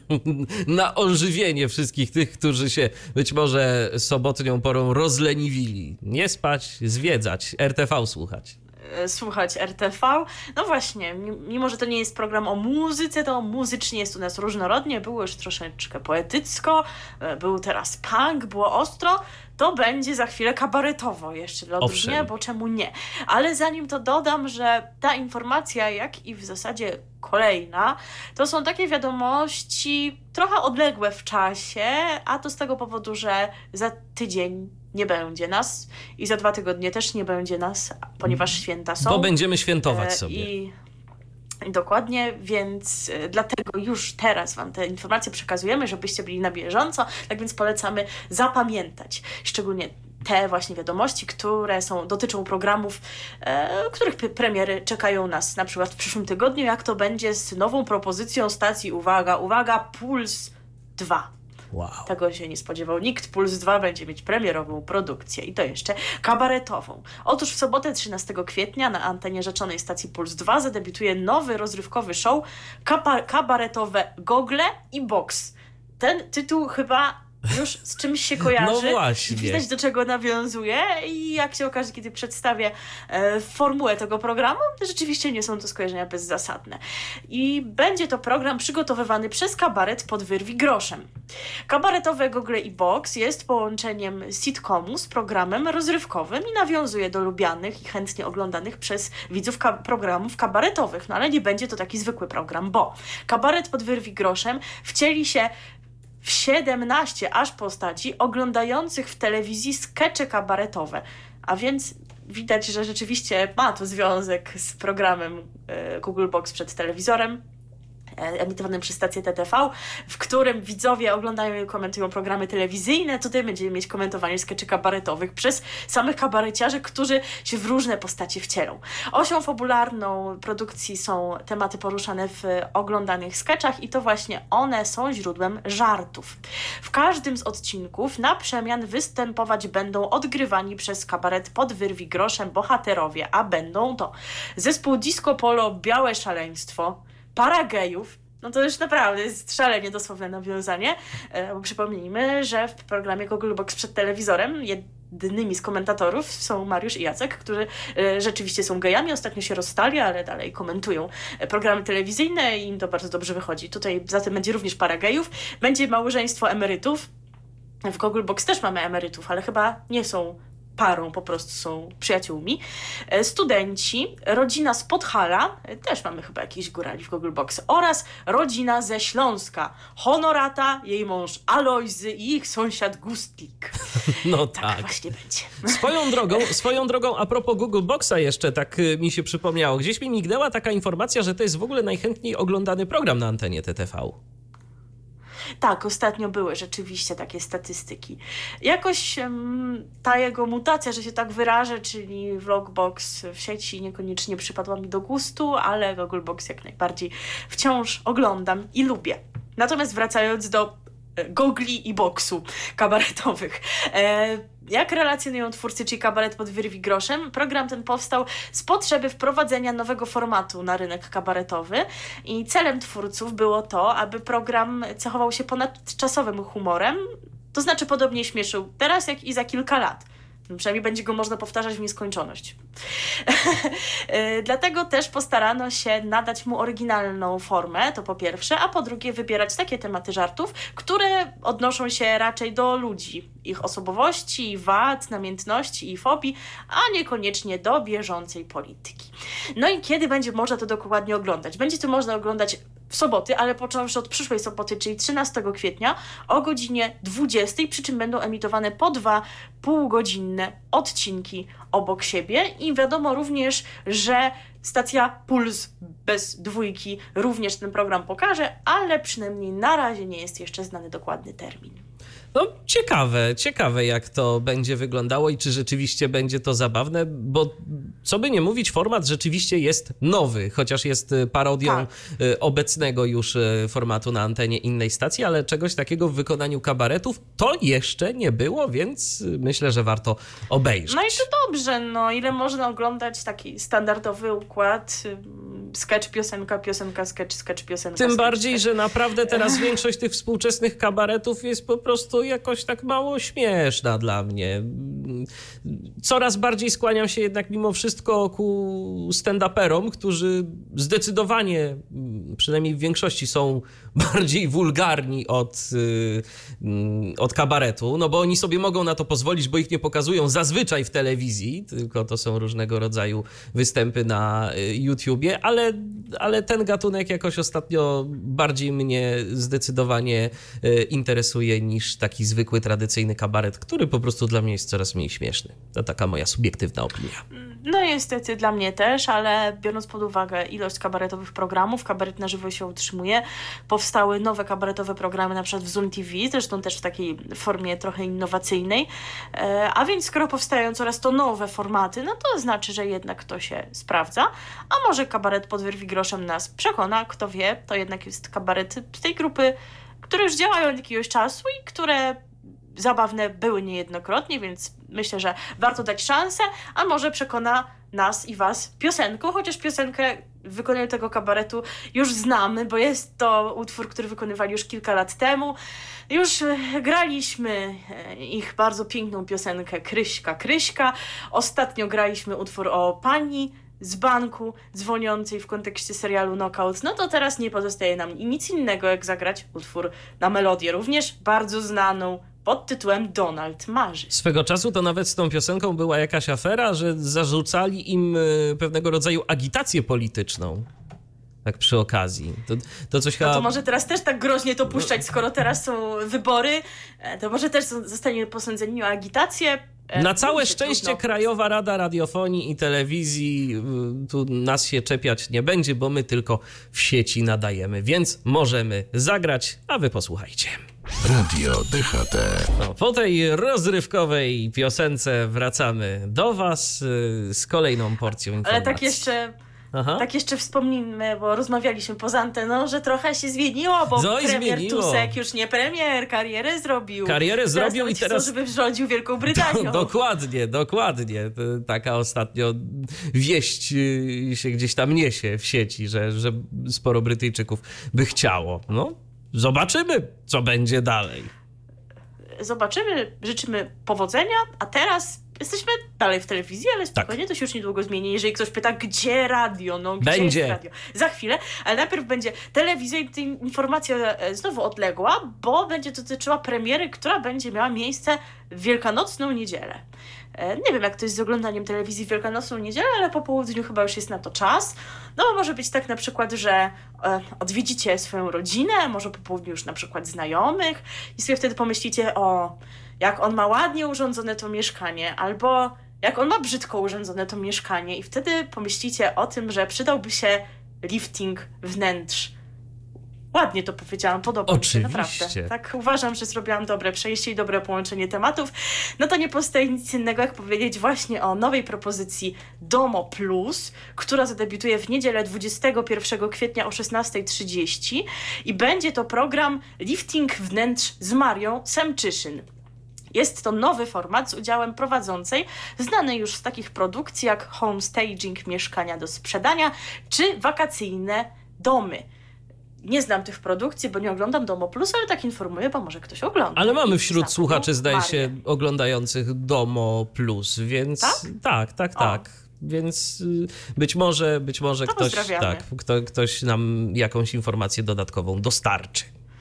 na ożywienie wszystkich tych, którzy się być może sobotnią porą rozleniwili. Nie spać, zwiedzać, R T V słuchać. Słuchać R T V. No właśnie, mimo że to nie jest program o muzyce, to muzycznie jest u nas różnorodnie. Było już troszeczkę poetycko, był teraz punk, było ostro. To będzie za chwilę kabaretowo jeszcze dla odróżnienia, bo czemu nie? Ale zanim to dodam, że ta informacja, jak i w zasadzie kolejna, to są takie wiadomości trochę odległe w czasie, a to z tego powodu, że za tydzień nie będzie nas i za dwa tygodnie też nie będzie nas, ponieważ święta są. Bo będziemy świętować sobie. I dokładnie, więc dlatego już teraz wam te informacje przekazujemy, żebyście byli na bieżąco, tak więc polecamy zapamiętać, szczególnie te właśnie wiadomości, które są, dotyczą programów, e, których premiery czekają nas na przykład w przyszłym tygodniu, jak to będzie z nową propozycją stacji, uwaga, uwaga, Puls dwa. Wow. Tego się nie spodziewał nikt. Puls dwa będzie mieć premierową produkcję i to jeszcze kabaretową. Otóż w sobotę trzynastego kwietnia na antenie rzeczonej stacji Puls dwa zadebiutuje nowy rozrywkowy show kaba- kabaretowe Gogle i Box. Ten tytuł chyba już z czymś się kojarzy. No właśnie. Widać, do czego nawiązuje i jak się okaże, kiedy przedstawię e, formułę tego programu, to rzeczywiście nie są to skojarzenia bezzasadne. I będzie to program przygotowywany przez kabaret pod wyrwi groszem. Kabaretowe Gogle i Box jest połączeniem sitcomu z programem rozrywkowym i nawiązuje do lubianych i chętnie oglądanych przez widzów ka- programów kabaretowych. No ale nie będzie to taki zwykły program, bo kabaret pod wyrwi groszem wcieli się w siedemnaście aż postaci oglądających w telewizji skecze kabaretowe. A więc widać, że rzeczywiście ma to związek z programem Google Box przed telewizorem, emitowanym przez stację T T V, w którym widzowie oglądają i komentują programy telewizyjne. Tutaj będziemy mieć komentowanie skeczy kabaretowych przez samych kabareciarzy, którzy się w różne postacie wcielą. Osią fabularną produkcji są tematy poruszane w oglądanych skeczach i to właśnie one są źródłem żartów. W każdym z odcinków na przemian występować będą odgrywani przez kabaret pod wyrwi groszem bohaterowie, a będą to zespół Disco Polo Białe Szaleństwo, para gejów, no to już naprawdę jest szalenie dosłowne nawiązanie, bo przypomnijmy, że w programie Google Box przed telewizorem jednymi z komentatorów są Mariusz i Jacek, którzy rzeczywiście są gejami, ostatnio się rozstali, ale dalej komentują programy telewizyjne i im to bardzo dobrze wychodzi. Tutaj zatem będzie również para gejów, będzie małżeństwo emerytów. W Google Box też mamy emerytów, ale chyba nie są parą, po prostu są przyjaciółmi. Studenci, rodzina z Podhala, też mamy chyba jakichś górali w Google Box, oraz rodzina ze Śląska, Honorata, jej mąż Alojzy i ich sąsiad Gustlik. No tak. tak. właśnie będzie. Swoją drogą, swoją drogą, a propos Google Boxa jeszcze, tak mi się przypomniało, gdzieś mi mignęła taka informacja, że to jest w ogóle najchętniej oglądany program na antenie T T V. Tak, ostatnio były rzeczywiście takie statystyki. Jakoś um, ta jego mutacja, że się tak wyrażę, czyli Vlogbox w sieci niekoniecznie przypadła mi do gustu, ale Google Box jak najbardziej wciąż oglądam i lubię. Natomiast wracając do e, gogli i boxu kabaretowych. E, Jak relacjonują twórcy, czyli kabaret pod wyrwi groszem, program ten powstał z potrzeby wprowadzenia nowego formatu na rynek kabaretowy i celem twórców było to, aby program cechował się ponadczasowym humorem, to znaczy podobnie śmieszył teraz, jak i za kilka lat. Przynajmniej będzie go można powtarzać w nieskończoność. Dlatego też postarano się nadać mu oryginalną formę, to po pierwsze, a po drugie wybierać takie tematy żartów, które odnoszą się raczej do ludzi, ich osobowości, wad, namiętności i fobii, a niekoniecznie do bieżącej polityki. No i kiedy będzie można to dokładnie oglądać? Będzie to można oglądać w soboty, ale począwszy od przyszłej soboty, czyli trzynastego kwietnia o godzinie dwudziestej, przy czym będą emitowane po dwa półgodzinne odcinki obok siebie i wiadomo również, że stacja Puls bez dwójki również ten program pokaże, ale przynajmniej na razie nie jest jeszcze znany dokładny termin. No ciekawe, ciekawe jak to będzie wyglądało i czy rzeczywiście będzie to zabawne, bo co by nie mówić, format rzeczywiście jest nowy, chociaż jest parodią tak. obecnego już formatu na antenie innej stacji, ale czegoś takiego w wykonaniu kabaretów to jeszcze nie było, więc myślę, że warto obejrzeć. No i to dobrze, no ile można oglądać taki standardowy układ sketch, piosenka, piosenka, sketch, sketch, piosenka, Tym sketch, bardziej, sketch. że naprawdę teraz większość tych współczesnych kabaretów jest po prostu jakoś tak mało śmieszna dla mnie. Coraz bardziej skłaniam się jednak mimo wszystko ku stand-uperom, którzy zdecydowanie, przynajmniej w większości, są bardziej wulgarni od, od kabaretu, no bo oni sobie mogą na to pozwolić, bo ich nie pokazują zazwyczaj w telewizji, tylko to są różnego rodzaju występy na YouTubie, ale, ale ten gatunek jakoś ostatnio bardziej mnie zdecydowanie interesuje niż taki zwykły, tradycyjny kabaret, który po prostu dla mnie jest coraz mniej śmieszny. To taka moja subiektywna opinia. No niestety dla mnie też, ale biorąc pod uwagę ilość kabaretowych programów, kabaret na żywo się utrzymuje, powstały nowe kabaretowe programy, na przykład w Zoom T V, zresztą też w takiej formie trochę innowacyjnej, a więc skoro powstają coraz to nowe formaty, no to znaczy, że jednak to się sprawdza, a może kabaret pod wyrwi groszem nas przekona, kto wie, to jednak jest kabaret z tej grupy, które już działają od jakiegoś czasu i które zabawne były niejednokrotnie, więc myślę, że warto dać szansę, a może przekona nas i was piosenką, chociaż piosenkę w wykonaniu tego kabaretu już znamy, bo jest to utwór, który wykonywali już kilka lat temu. Już graliśmy ich bardzo piękną piosenkę Kryśka, Kryśka. Ostatnio graliśmy utwór o pani z banku dzwoniącej w kontekście serialu Knockout. No to teraz nie pozostaje nam nic innego, jak zagrać utwór na melodię, również bardzo znaną, pod tytułem Donald marzy. Swego czasu to nawet z tą piosenką była jakaś afera, że zarzucali im pewnego rodzaju agitację polityczną. Tak przy okazji. To, to coś chyba... No to może teraz też tak groźnie to puszczać, skoro teraz są wybory, to może też zostanie posądzeni o agitację. Na całe szczęście trudno. Krajowa Rada Radiofonii i Telewizji tu nas się czepiać nie będzie, bo my tylko w sieci nadajemy, więc możemy zagrać, a wy posłuchajcie. Radio D H T. No, po tej rozrywkowej piosence wracamy do was y, z kolejną porcją informacji. Ale tak jeszcze... Aha. Tak jeszcze wspomnijmy, bo rozmawialiśmy poza anteną, że trochę się zmieniło, bo Coś premier zmieniło. Tusek już nie premier, karierę zrobił. Karierę teraz zrobił nawet i teraz... chcą, żeby rządził Wielką Brytanią. Do, dokładnie, dokładnie. To taka ostatnio wieść y, się gdzieś tam niesie w sieci, że, że sporo Brytyjczyków by chciało. No, zobaczymy, co będzie dalej. Zobaczymy, życzymy powodzenia, a teraz jesteśmy dalej w telewizji, ale spokojnie, tak. To się już niedługo zmieni. Jeżeli ktoś pyta, gdzie radio, no gdzie będzie. jest radio? Za chwilę, ale najpierw będzie telewizja i informacja znowu odległa, bo będzie dotyczyła premiery, która będzie miała miejsce w Wielkanocną niedzielę. Nie wiem, jak to jest z oglądaniem telewizji w Wielkanocną niedzielę, ale po południu chyba już jest na to czas. No bo może być tak na przykład, że e, odwiedzicie swoją rodzinę, może po południu już na przykład znajomych i sobie wtedy pomyślicie, o, jak on ma ładnie urządzone to mieszkanie, albo jak on ma brzydko urządzone to mieszkanie i wtedy pomyślicie o tym, że przydałby się lifting wnętrz. Ładnie to powiedziałam, podoba Oczywiście. mi się naprawdę. Tak uważam, że zrobiłam dobre przejście i dobre połączenie tematów. No to nie pozostaje nic innego, jak powiedzieć właśnie o nowej propozycji Domo Plus, która zadebiutuje w niedzielę dwudziestego pierwszego kwietnia o szesnasta trzydzieści i będzie to program Lifting wnętrz z Marią Semczyszyn. Jest to nowy format z udziałem prowadzącej, znany już z takich produkcji jak homestaging, mieszkania do sprzedania, czy wakacyjne domy. Nie znam tych produkcji, bo nie oglądam Domo Plus, ale tak informuję, bo może ktoś ogląda. Ale mamy I wśród znam słuchaczy, zdaje Marię. się, oglądających Domo Plus, więc... Tak? Tak, tak, tak. Więc y, być może, być może To ktoś, pozdrawiamy. tak, kto, ktoś nam jakąś informację dodatkową dostarczy.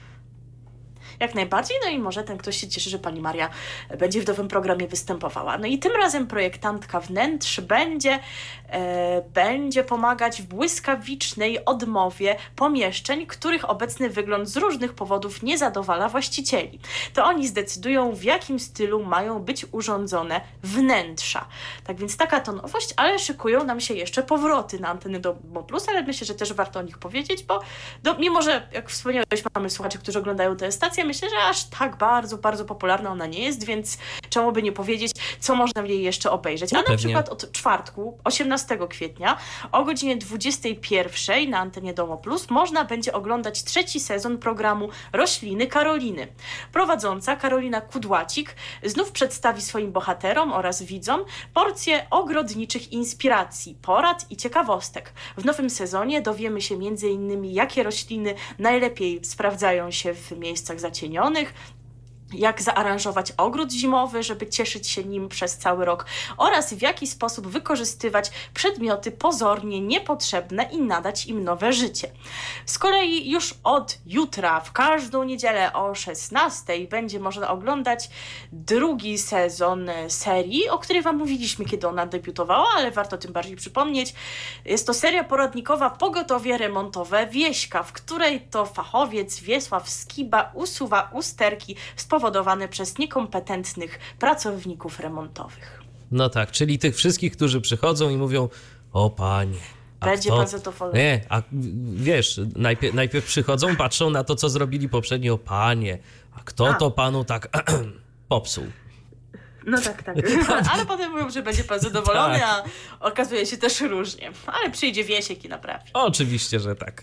Jak najbardziej, no i może ten ktoś się cieszy, że pani Maria będzie w nowym programie występowała. No i tym razem projektantka wnętrz będzie, e, będzie pomagać w błyskawicznej odmowie pomieszczeń, których obecny wygląd z różnych powodów nie zadowala właścicieli. To oni zdecydują, w jakim stylu mają być urządzone wnętrza. Tak więc taka to nowość, ale szykują nam się jeszcze powroty na anteny Domo Plus, ale myślę, że też warto o nich powiedzieć, bo do, mimo, że jak wspomniałeś, mamy słuchaczy, którzy oglądają tę stację, sumie myślę, że aż tak bardzo, bardzo popularna ona nie jest, więc czemu by nie powiedzieć, co można w niej jeszcze obejrzeć. No A na pewnie. przykład od czwartku, osiemnastego kwietnia o godzinie dwudziestej pierwszej na antenie Domo Plus można będzie oglądać trzeci sezon programu Rośliny Karoliny. Prowadząca Karolina Kudłacik znów przedstawi swoim bohaterom oraz widzom porcję ogrodniczych inspiracji, porad i ciekawostek. W nowym sezonie dowiemy się między innymi, jakie rośliny najlepiej sprawdzają się w miejscach zacienionych, jak zaaranżować ogród zimowy, żeby cieszyć się nim przez cały rok oraz w jaki sposób wykorzystywać przedmioty pozornie niepotrzebne i nadać im nowe życie. Z kolei już od jutra w każdą niedzielę o szesnastej będzie można oglądać drugi sezon serii, o której Wam mówiliśmy, kiedy ona debiutowała, ale warto tym bardziej przypomnieć. Jest to seria poradnikowa Pogotowie remontowe Wieśka, w której to fachowiec Wiesław Skiba usuwa usterki spowodowane przez niekompetentnych pracowników remontowych. No tak, czyli tych wszystkich, którzy przychodzą i mówią: o panie, a Będzie kto... pan zadowolony. Nie, a wiesz, najpierw, najpierw przychodzą, patrzą na to, co zrobili poprzednio: o panie, a kto A. to panu tak popsuł? No tak, tak. Ale potem mówią, że będzie pan zadowolony, Tak. a okazuje się też różnie. Ale przyjdzie Wiesiek i naprawi. Oczywiście, że tak.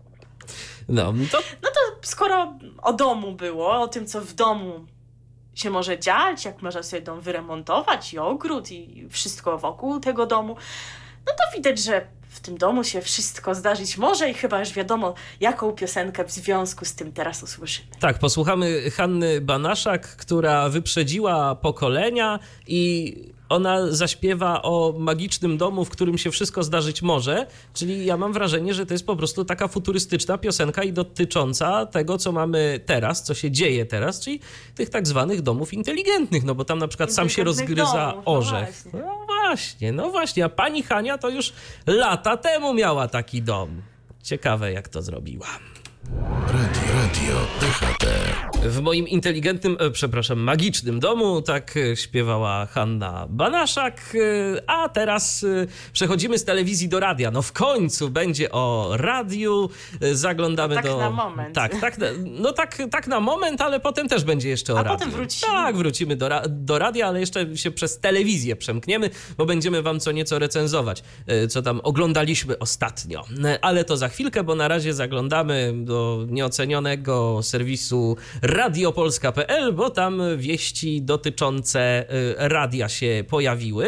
No, to No to skoro o domu było, o tym, co w domu się może dziać, jak można sobie dom wyremontować i ogród i wszystko wokół tego domu, no to widać, że w tym domu się wszystko zdarzyć może i chyba już wiadomo, jaką piosenkę w związku z tym teraz usłyszymy. tak, posłuchamy Hanny Banaszak, która wyprzedziła pokolenia i ona zaśpiewa o magicznym domu, w którym się wszystko zdarzyć może, czyli ja mam wrażenie, że to jest po prostu taka futurystyczna piosenka i dotycząca tego, co mamy teraz, co się dzieje teraz, czyli tych tak zwanych domów inteligentnych, no bo tam na przykład sam się Inteligentnych rozgryza domów, no orzech. właśnie. No właśnie, no właśnie, a pani Hania to już lata temu miała taki dom. Ciekawe, jak to zrobiła. Radio, radio D H T. W moim inteligentnym, e, przepraszam, magicznym domu, tak e, śpiewała Hanna Banaszak, e, a teraz e, przechodzimy z telewizji do radia. No w końcu będzie o radiu, e, zaglądamy Tak do... na moment. Tak, tak, na- no tak, tak na moment, ale potem też będzie jeszcze o A radiu. potem wrócimy. Tak, wrócimy do, ra- do radia, ale jeszcze się przez telewizję przemkniemy, bo będziemy wam co nieco recenzować, e, co tam oglądaliśmy ostatnio. E, Ale to za chwilkę, bo na razie zaglądamy do nieocenionego serwisu radiopolska kropka p l, bo tam wieści dotyczące y, radia się pojawiły.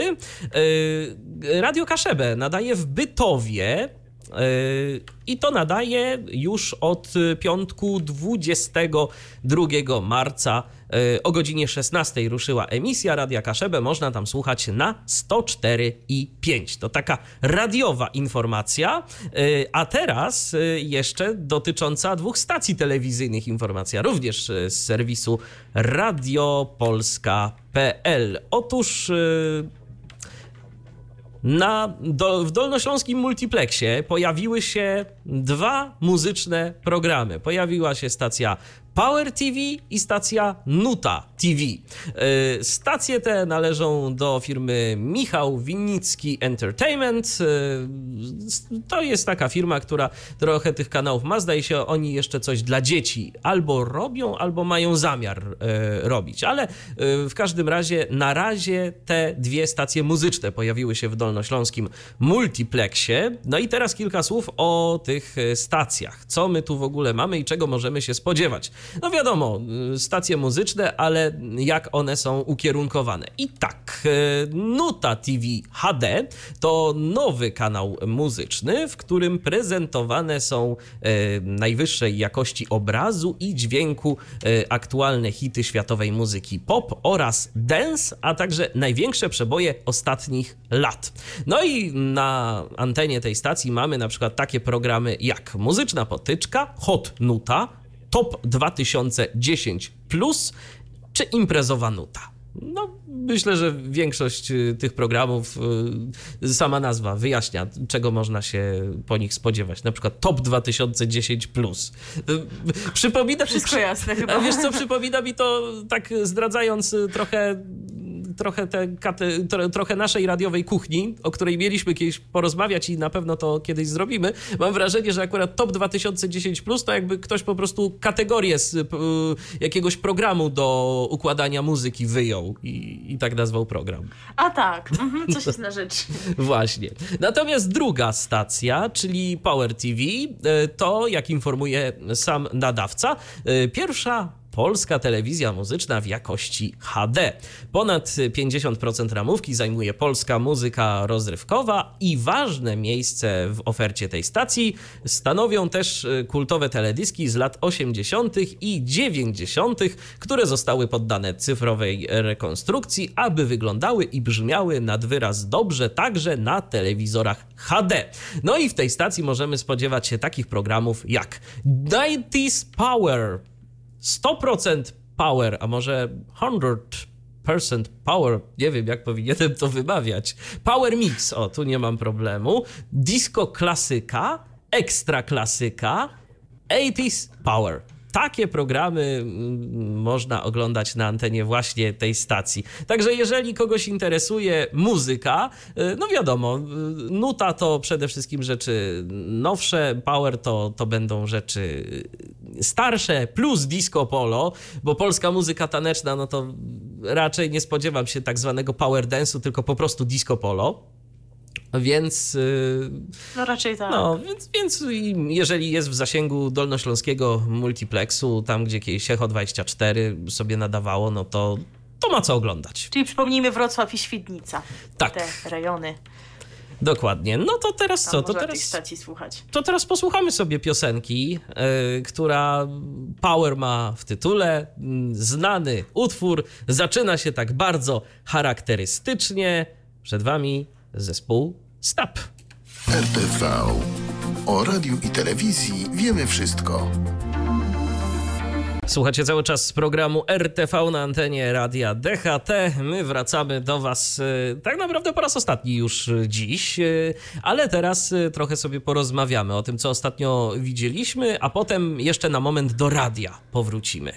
Y, Radio Kaszebę nadaje w Bytowie. I to nadaje już od piątku dwudziestego drugiego marca. O godzinie szesnastej ruszyła emisja Radia Kaszebę. Można tam słuchać na sto cztery i pięć. To taka radiowa informacja. A teraz jeszcze dotycząca dwóch stacji telewizyjnych informacja, również z serwisu radiopolska kropka p l. Otóż Na, do, w dolnośląskim multiplexie pojawiły się dwa muzyczne programy. Pojawiła się stacja Power T V i stacja Nuta T V. Yy, stacje te należą do firmy Michał Winnicki Entertainment. Yy, to jest taka firma, która trochę tych kanałów ma. Zdaje się, oni jeszcze coś dla dzieci albo robią, albo mają zamiar yy, robić. Ale yy, w każdym razie na razie te dwie stacje muzyczne pojawiły się w dolnośląskim multiplexie. No i teraz kilka słów o tych stacjach. Co my tu w ogóle mamy i czego możemy się spodziewać? No wiadomo, stacje muzyczne, ale jak one są ukierunkowane. I tak, Nuta T V H D to nowy kanał muzyczny, w którym prezentowane są najwyższej jakości obrazu i dźwięku aktualne hity światowej muzyki pop oraz dance, a także największe przeboje ostatnich lat. No i na antenie tej stacji mamy na przykład takie programy jak Muzyczna Potyczka, Hot Nuta, Top dwa tysiące dziesięć plus czy Imprezowa Nuta. No, myślę, że większość tych programów, sama nazwa wyjaśnia, czego można się po nich spodziewać. Na przykład Top dwa tysiące dziesięć plus. Przypomina... Wszystko jasne chyba. A wiesz co, przypomina mi to, tak zdradzając trochę trochę, te, kate, tro, trochę naszej radiowej kuchni, o której mieliśmy kiedyś porozmawiać i na pewno to kiedyś zrobimy. Mam wrażenie, że akurat Top dwa tysiące dziesięć plus to jakby ktoś po prostu kategorię z y, jakiegoś programu do układania muzyki wyjął i, i tak nazwał program. A tak, mhm, coś jest na rzecz. Właśnie. Natomiast druga stacja, czyli Power T V, to, jak informuje sam nadawca, pierwsza polska telewizja muzyczna w jakości H D. Ponad pięćdziesiąt procent ramówki zajmuje polska muzyka rozrywkowa i ważne miejsce w ofercie tej stacji stanowią też kultowe teledyski z lat osiemdziesiątych i dziewięćdziesiątych, które zostały poddane cyfrowej rekonstrukcji, aby wyglądały i brzmiały nad wyraz dobrze także na telewizorach H D. No i w tej stacji możemy spodziewać się takich programów jak dziewięćdziesiąt Power, sto procent Power, a może sto procent Power, nie wiem jak powinienem to wymawiać. Power Mix, o tu nie mam problemu. Disco Klasyka, Ekstra Klasyka, osiemdziesiąt Power. Takie programy mm, można oglądać na antenie właśnie tej stacji. Także jeżeli kogoś interesuje muzyka, y, no wiadomo, y, nuta to przede wszystkim rzeczy nowsze, Power to, to będą rzeczy starsze, plus disco polo, bo polska muzyka taneczna, no to raczej nie spodziewam się tak zwanego power dance'u, tylko po prostu disco polo. Więc, no raczej tak. No, więc, więc jeżeli jest w zasięgu dolnośląskiego multiplexu, tam gdzie kiedyś Echo dwadzieścia cztery sobie nadawało, no to, to ma co oglądać. Czyli przypomnijmy Wrocław i Świdnica. Tak. Te rejony. Dokładnie. No to teraz Tam co? To można teraz, tych stacji słuchać. to teraz posłuchamy sobie piosenki, yy, która Power ma w tytule. Znany utwór. Zaczyna się tak bardzo charakterystycznie. Przed wami zespół Stap. R T V. O radiu i telewizji wiemy wszystko. Słuchacie cały czas z programu R T V na antenie Radia D H T. My wracamy do was y, tak naprawdę po raz ostatni już dziś, y, ale teraz y, trochę sobie porozmawiamy o tym, co ostatnio widzieliśmy, a potem jeszcze na moment do radia powrócimy.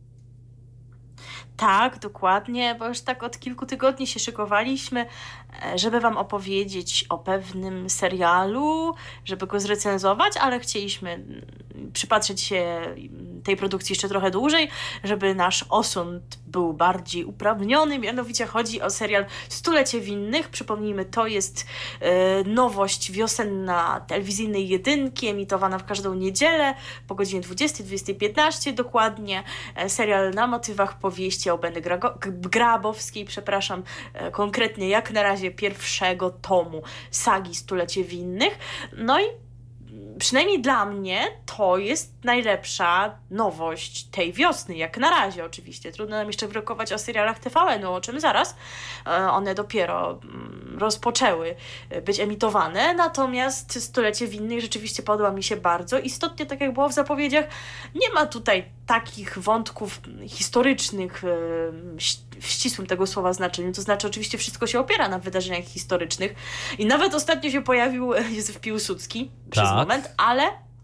Tak, dokładnie, bo już tak od kilku tygodni się szykowaliśmy, żeby wam opowiedzieć o pewnym serialu, żeby go zrecenzować, ale chcieliśmy przypatrzeć się tej produkcji jeszcze trochę dłużej, żeby nasz osąd był bardziej uprawniony. Mianowicie chodzi o serial Stulecie Winnych. Przypomnijmy, to jest e, nowość wiosenna telewizyjnej jedynki, emitowana w każdą niedzielę po godzinie dwudziestej, dwudziestej piętnaście dokładnie. E, serial na motywach powieści Eugeny Grabowskiej, przepraszam, e, konkretnie jak na razie pierwszego tomu sagi Stulecie Winnych. No i przynajmniej dla mnie to jest najlepsza nowość tej wiosny, jak na razie oczywiście. Trudno nam jeszcze wyrokować o serialach T V N-u, o czym zaraz. One dopiero rozpoczęły być emitowane, natomiast Stulecie Winnych rzeczywiście podoba mi się bardzo. Istotnie, tak jak było w zapowiedziach, nie ma tutaj takich wątków historycznych w ścisłym tego słowa znaczeniu, to znaczy oczywiście wszystko się opiera na wydarzeniach historycznych i nawet ostatnio się pojawił Józef Piłsudski przez tak. moment, ale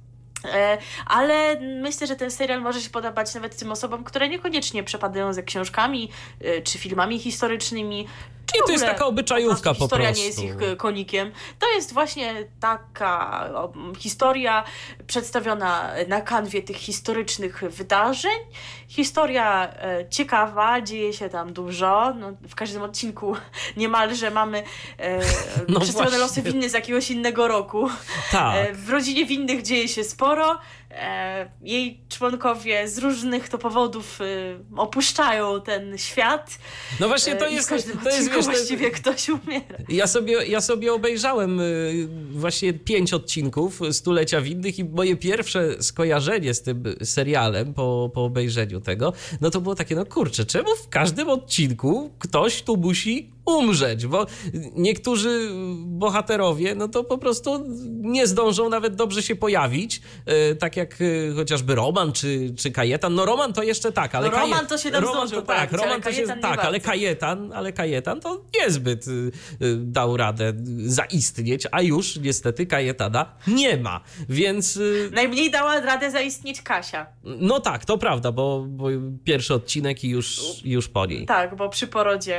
ale myślę, że ten serial może się podobać nawet tym osobom, które niekoniecznie przepadają za książkami czy filmami historycznymi. Czy I to jest taka obyczajówka po prostu. Historia nie jest ich konikiem. To jest właśnie taka o, historia przedstawiona na kanwie tych historycznych wydarzeń. Historia e, ciekawa, dzieje się tam dużo. No, w każdym odcinku niemalże mamy e, no przedstawione losy winnych z jakiegoś innego roku. Tak. E, w rodzinie winnych dzieje się sporo. E, jej członkowie z różnych to powodów e, opuszczają ten świat. No właśnie to jest, e, w każdym to jest wiesz, właściwie ktoś umiera. Ja sobie, ja sobie obejrzałem y, właśnie pięć odcinków Stulecia Winnych i moje pierwsze skojarzenie z tym serialem po, po obejrzeniu tego, no to było takie, no kurczę, czemu w każdym odcinku ktoś tu musi umrzeć, bo niektórzy bohaterowie, no to po prostu nie zdążą nawet dobrze się pojawić, y, tak jak y, chociażby Roman czy, czy Kajetan. No Roman to jeszcze tak, ale no Roman Kajet... to się tam Roman, zdążył tak, pojawić, Roman to się, tak, ale Kajetan, ale Kajetan to niezbyt y, y, dał radę zaistnieć, a już niestety Kajetana nie ma, więc... Y, Najmniej dała radę zaistnieć Kasia. no tak, to prawda, bo, bo pierwszy odcinek i już, już po niej. Tak, bo przy porodzie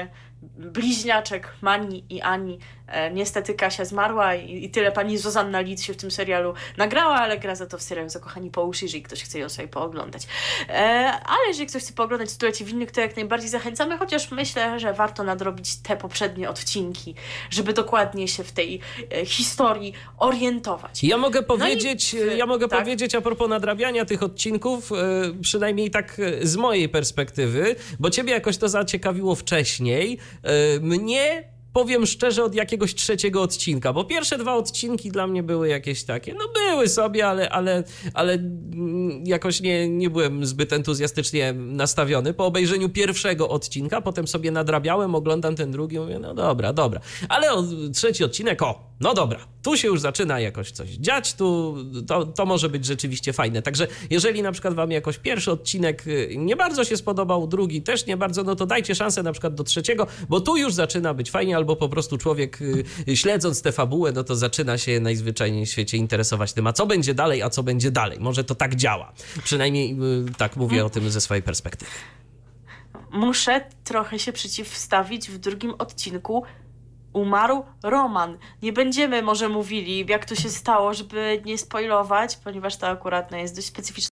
bliźniaczek Mani i Ani. E, niestety Kasia zmarła i, i tyle pani Zuzanna Lid się w tym serialu nagrała, ale gra za to w serialu Zakochani po uszy, jeżeli ktoś chce ją sobie pooglądać. E, ale jeżeli ktoś chce pooglądać Stuleci Winnych, to jak najbardziej zachęcamy, chociaż myślę, że warto nadrobić te poprzednie odcinki, żeby dokładnie się w tej e, historii orientować. Ja mogę No powiedzieć, i- ja mogę tak. powiedzieć a propos nadrabiania tych odcinków, e, przynajmniej tak e, z mojej perspektywy, bo ciebie jakoś to zaciekawiło wcześniej. E, Mnie, powiem szczerze, od jakiegoś trzeciego odcinka, bo pierwsze dwa odcinki dla mnie były jakieś takie, no były sobie, ale, ale, ale mm, jakoś nie, nie byłem zbyt entuzjastycznie nastawiony. Po obejrzeniu pierwszego odcinka, potem sobie nadrabiałem, oglądam ten drugi, mówię, no dobra, dobra. Ale od, trzeci odcinek, o, no dobra, tu się już zaczyna jakoś coś dziać, tu to, to może być rzeczywiście fajne. Także jeżeli na przykład wam jakoś pierwszy odcinek y, nie bardzo się spodobał, drugi też nie bardzo, no to dajcie szansę na przykład do trzeciego, bo tu już zaczyna być fajnie, albo po prostu człowiek y, śledząc tę fabułę, no to zaczyna się najzwyczajniej w świecie interesować tym, a co będzie dalej, a co będzie dalej. Może to tak działa. Przynajmniej y, tak mówię o tym ze swojej perspektywy. Muszę trochę się przeciwstawić. W drugim odcinku umarł Roman. Nie będziemy może mówili, jak to się stało, żeby nie spoilować, ponieważ to akurat no, jest dość specyficzna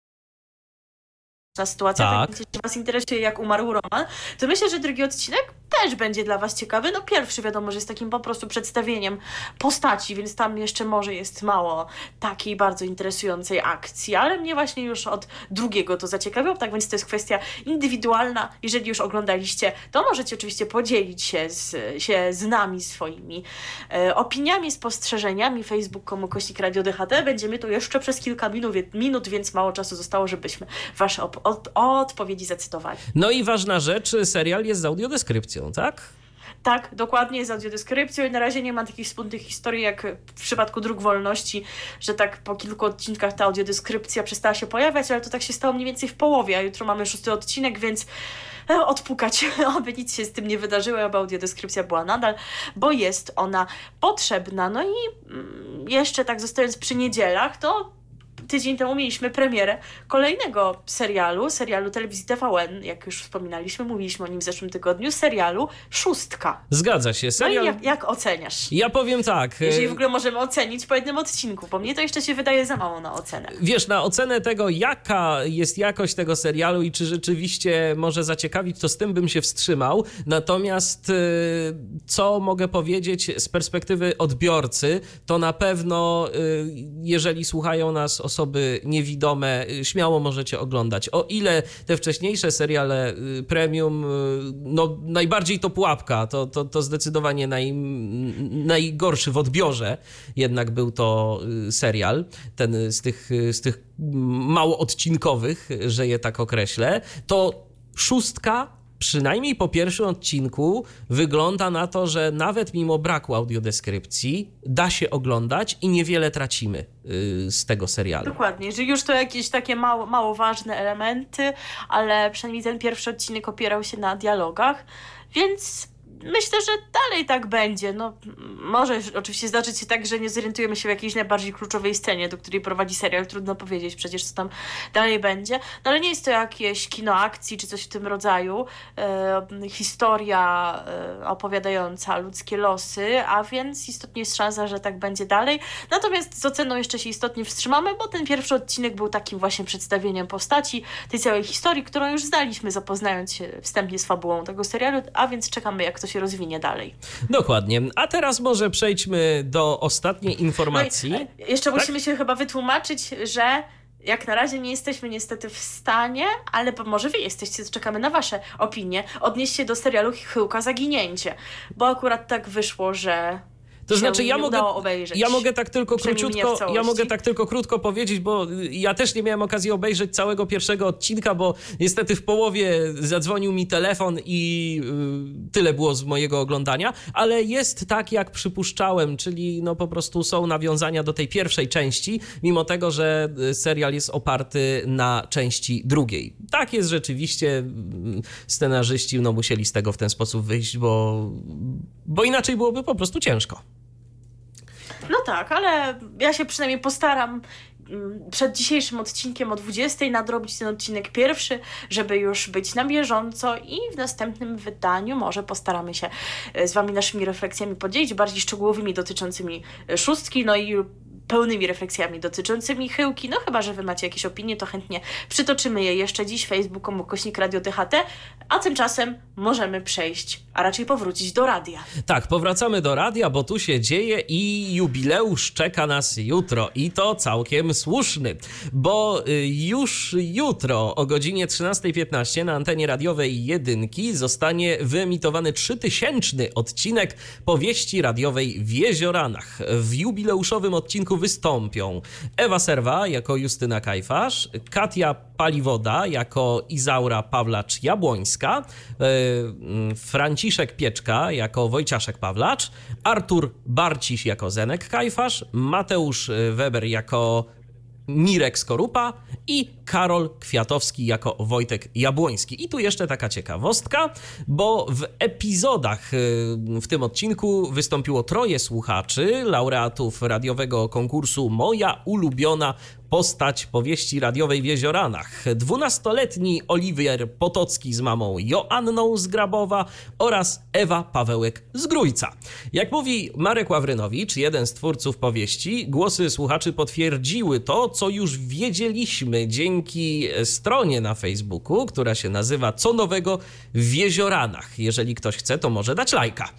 sytuacja. Tak. Tak, jeśli was interesuje, jak umarł Roman, to myślę, że drugi odcinek też będzie dla was ciekawy. No pierwszy wiadomo, że jest takim po prostu przedstawieniem postaci, więc tam jeszcze może jest mało takiej bardzo interesującej akcji, ale mnie właśnie już od drugiego to zaciekawiło, tak więc to jest kwestia indywidualna. Jeżeli już oglądaliście, to możecie oczywiście podzielić się z, się z nami swoimi e, opiniami, spostrzeżeniami. Facebook kropka com ukośnik Radio D H T. Będziemy tu jeszcze przez kilka minut, minut, więc mało czasu zostało, żebyśmy wasze op- od- odpowiedzi zacytowali. No i ważna rzecz, serial jest z audiodeskrypcją, tak? Tak, dokładnie, z audiodeskrypcją i na razie nie ma takich smutnych historii jak w przypadku Dróg Wolności, że tak po kilku odcinkach ta audiodeskrypcja przestała się pojawiać, ale to tak się stało mniej więcej w połowie, a jutro mamy szósty odcinek, więc e, odpukać, aby nic się z tym nie wydarzyło, aby audiodeskrypcja była nadal, bo jest ona potrzebna. No i mm, jeszcze tak zostając przy niedzielach, to tydzień temu mieliśmy premierę kolejnego serialu, serialu telewizji T V N, jak już wspominaliśmy, mówiliśmy o nim w zeszłym tygodniu, serialu Szóstka. Zgadza się. No Serial... i jak, jak oceniasz? Ja powiem tak. Jeżeli e, w ogóle możemy ocenić po jednym odcinku, bo mnie to jeszcze się wydaje za mało na ocenę. Wiesz, na ocenę tego, jaka jest jakość tego serialu i czy rzeczywiście może zaciekawić, to z tym bym się wstrzymał. Natomiast y, co mogę powiedzieć z perspektywy odbiorcy, to na pewno y, jeżeli słuchają nas osoby niewidome, y, śmiało możecie oglądać. O ile te wcześniejsze seriale y, premium, y, no najbardziej to Pułapka, to, to, to zdecydowanie naj, najgorszy w odbiorze jednak był to y, serial, ten z tych, y, z tych mało odcinkowych, że je tak określę, to Szóstka przynajmniej po pierwszym odcinku wygląda na to, że nawet mimo braku audiodeskrypcji da się oglądać i niewiele tracimy y, z tego serialu. Dokładnie, że już to jakieś takie mało, mało ważne elementy, ale przynajmniej ten pierwszy odcinek opierał się na dialogach, więc myślę, że dalej tak będzie. No, może oczywiście zdarzyć się tak, że nie zorientujemy się w jakiejś najbardziej kluczowej scenie, do której prowadzi serial. Trudno powiedzieć przecież, co tam dalej będzie. No ale nie jest to jakieś kino akcji, czy coś w tym rodzaju. E, historia e, opowiadająca ludzkie losy, a więc istotnie jest szansa, że tak będzie dalej. Natomiast z oceną jeszcze się istotnie wstrzymamy, bo ten pierwszy odcinek był takim właśnie przedstawieniem postaci, tej całej historii, którą już znaliśmy, zapoznając się wstępnie z fabułą tego serialu, a więc czekamy, jak to się rozwinie dalej. Dokładnie. A teraz może przejdźmy do ostatniej informacji. No i jeszcze Tak? musimy się chyba wytłumaczyć, że jak na razie nie jesteśmy niestety w stanie, ale może wy jesteście, to czekamy na wasze opinie, odnieść się do serialu Chyłka Zaginięcie, bo akurat tak wyszło, że To się znaczy, ja nie mogę, udało obejrzeć. ja mogę tak tylko Przynajmniej mnie w króciutko, całości. ja mogę tak tylko krótko powiedzieć, bo ja też nie miałem okazji obejrzeć całego pierwszego odcinka, bo niestety w połowie zadzwonił mi telefon i y, tyle było z mojego oglądania, ale jest tak, jak przypuszczałem, czyli no po prostu są nawiązania do tej pierwszej części, mimo tego, że serial jest oparty na części drugiej. Tak jest rzeczywiście, scenarzyści no musieli z tego w ten sposób wyjść, bo, bo inaczej byłoby po prostu ciężko. No tak, ale ja się przynajmniej postaram przed dzisiejszym odcinkiem o dwudziestej nadrobić ten odcinek pierwszy, żeby już być na bieżąco i w następnym wydaniu może postaramy się z Wami naszymi refleksjami podzielić, bardziej szczegółowymi dotyczącymi szóstki, no i pełnymi refleksjami dotyczącymi Chyłki. No chyba, że Wy macie jakieś opinie, to chętnie przytoczymy je jeszcze dziś facebookom ukośnik Radio T H T, a tymczasem możemy przejść, a raczej powrócić do radia. Tak, powracamy do radia, bo tu się dzieje i jubileusz czeka nas jutro i to całkiem słuszny, bo już jutro o godzinie trzynastej piętnaście na antenie radiowej Jedynki zostanie wyemitowany trzytysięczny odcinek powieści radiowej w Jezioranach. W jubileuszowym odcinku wystąpią Ewa Serwa jako Justyna Kajfasz, Katia Paliwoda jako Izaura Pawlacz-Jabłońska, yy, Franciszek Pieczka jako Wojciaszek Pawlacz, Artur Barciś jako Zenek Kajfasz, Mateusz Weber jako Mirek Skorupa i Karol Kwiatowski jako Wojtek Jabłoński. I tu jeszcze taka ciekawostka, bo w epizodach w tym odcinku wystąpiło troje słuchaczy, laureatów radiowego konkursu Moja ulubiona postać powieści radiowej w Jezioranach. dwunastoletni Oliwier Potocki z mamą Joanną z Grabowa oraz Ewa Pawełek z Grójca. Jak mówi Marek Ławrynowicz, jeden z twórców powieści, głosy słuchaczy potwierdziły to, co już wiedzieliśmy dzięki stronie na Facebooku, która się nazywa Co nowego w Jezioranach. Jeżeli ktoś chce, to może dać lajka.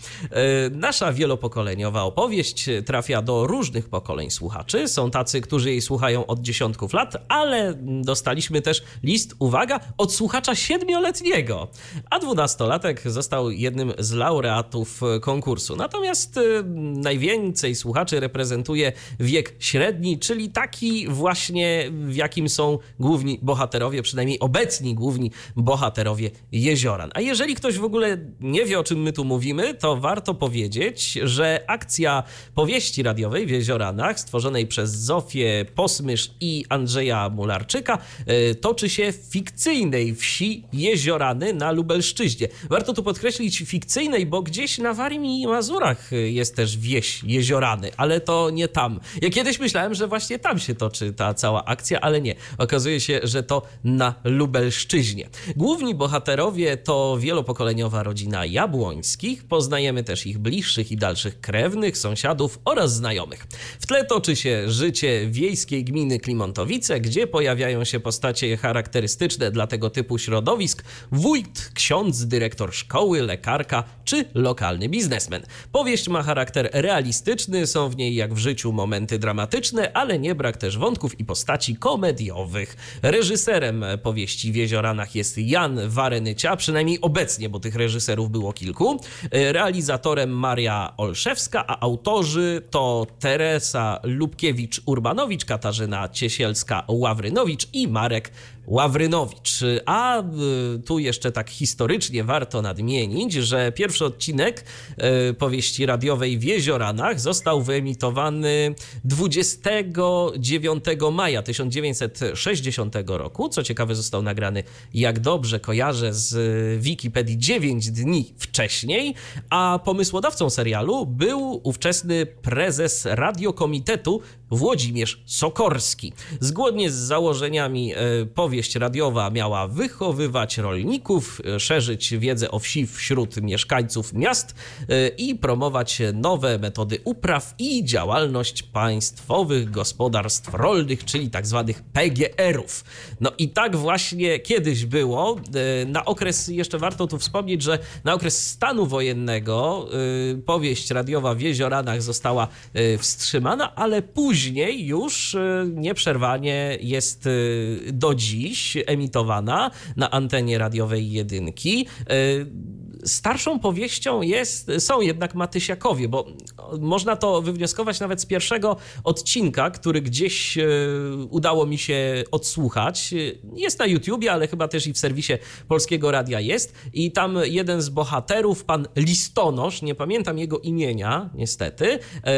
Nasza wielopokoleniowa opowieść trafia do różnych pokoleń słuchaczy. Są tacy, którzy jej słuchają od dziesiątków lat, ale dostaliśmy też list, uwaga, od słuchacza siedmioletniego, a dwunastolatek został jednym z laureatów konkursu. Natomiast y, najwięcej słuchaczy reprezentuje wiek średni, czyli taki właśnie, w jakim są główni bohaterowie, przynajmniej obecni główni bohaterowie Jezioran. A jeżeli ktoś w ogóle nie wie, o czym my tu mówimy, to warto powiedzieć, że akcja powieści radiowej w Jezioranach, stworzonej przez Zofię Posmysz i Andrzeja Mularczyka, toczy się w fikcyjnej wsi Jeziorany na Lubelszczyźnie. Warto tu podkreślić fikcyjnej, bo gdzieś na Warmii i Mazurach jest też wieś Jeziorany, ale to nie tam. Ja kiedyś myślałem, że właśnie tam się toczy ta cała akcja, ale nie. Okazuje się, że to na Lubelszczyźnie. Główni bohaterowie to wielopokoleniowa rodzina Jabłońskich. Poznajemy też ich bliższych i dalszych krewnych, sąsiadów oraz znajomych. W tle toczy się życie wiejskiej gminy Klimontowice, gdzie pojawiają się postacie charakterystyczne dla tego typu środowisk: wójt, ksiądz, dyrektor szkoły, lekarka czy lokalny biznesmen. Powieść ma charakter realistyczny, są w niej jak w życiu momenty dramatyczne, ale nie brak też wątków i postaci komediowych. Reżyserem powieści w Jezioranach jest Jan Warenycia, przynajmniej obecnie, bo tych reżyserów było kilku. Realizatorem Maria Olszewska, a autorzy to Teresa Lubkiewicz-Urbanowicz, Katarzyna Ciesielska-Ławrynowicz i Marek Ławrynowicz. A tu jeszcze tak historycznie warto nadmienić, że pierwszy odcinek powieści radiowej w Jezioranach został wyemitowany dwudziestego dziewiątego maja tysiąc dziewięćset sześćdziesiątego roku. Co ciekawe, został nagrany, jak dobrze kojarzę z Wikipedii, dziewięć dni wcześniej, a pomysłodawcą serialu był ówczesny prezes Radiokomitetu Włodzimierz Sokorski. Zgodnie z założeniami powieść radiowa miała wychowywać rolników, szerzyć wiedzę o wsi wśród mieszkańców miast i promować nowe metody upraw i działalność państwowych gospodarstw rolnych, czyli tak zwanych P G R-ów. No i tak właśnie kiedyś było. Na okres, jeszcze warto tu wspomnieć, że na okres stanu wojennego powieść radiowa w Jezioranach została wstrzymana, ale później już nieprzerwanie jest do dziś emitowana na antenie radiowej Jedynki. Starszą powieścią jest, są jednak Matysiakowie, bo można to wywnioskować nawet z pierwszego odcinka, który gdzieś udało mi się odsłuchać. Jest na YouTubie, ale chyba też i w serwisie Polskiego Radia jest. I tam jeden z bohaterów, pan Listonosz, nie pamiętam jego imienia niestety,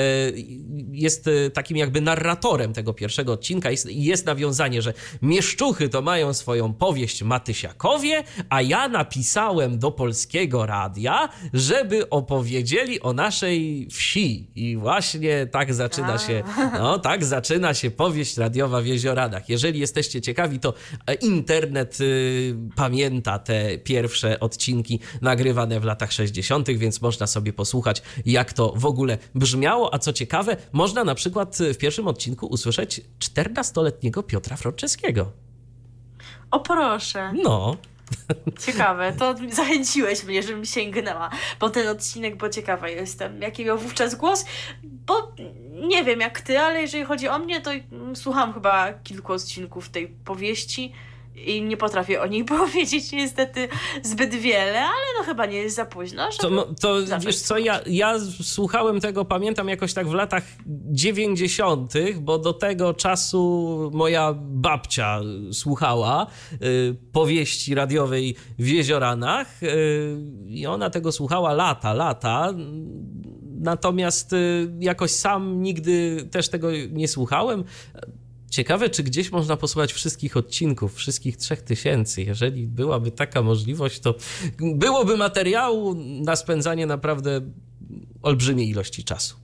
jest takim jakby narratorem tego pierwszego odcinka. Jest, jest nawiązanie, że mieszczuchy to mają swoją powieść Matysiakowie, a ja napisałem do Polskiego Polskiego Radia, żeby opowiedzieli o naszej wsi. I właśnie tak zaczyna się, no tak zaczyna się powieść radiowa w Jezioranach. Jeżeli jesteście ciekawi, to internet y, pamięta te pierwsze odcinki nagrywane w latach sześćdziesiątych, więc można sobie posłuchać, jak to w ogóle brzmiało. A co ciekawe, można na przykład w pierwszym odcinku usłyszeć czternastoletniego Piotra Fronczewskiego. O proszę. No. Ciekawe, to zachęciłeś mnie, żebym sięgnęła po ten odcinek, bo ciekawa jestem, jaki miał wówczas głos, bo nie wiem jak ty, ale jeżeli chodzi o mnie, to słucham chyba kilku odcinków tej powieści i nie potrafię o niej powiedzieć niestety zbyt wiele, ale no chyba nie jest za późno. To, to wiesz co, ja, ja słuchałem tego, pamiętam jakoś tak w latach dziewięćdziesiątych, bo do tego czasu moja babcia słuchała y, powieści radiowej w Jezioranach y, i ona tego słuchała lata, lata. Natomiast y, jakoś sam nigdy też tego nie słuchałem. Ciekawe, czy gdzieś można posłuchać wszystkich odcinków, wszystkich trzech tysięcy. Jeżeli byłaby taka możliwość, to byłoby materiału na spędzanie naprawdę olbrzymiej ilości czasu.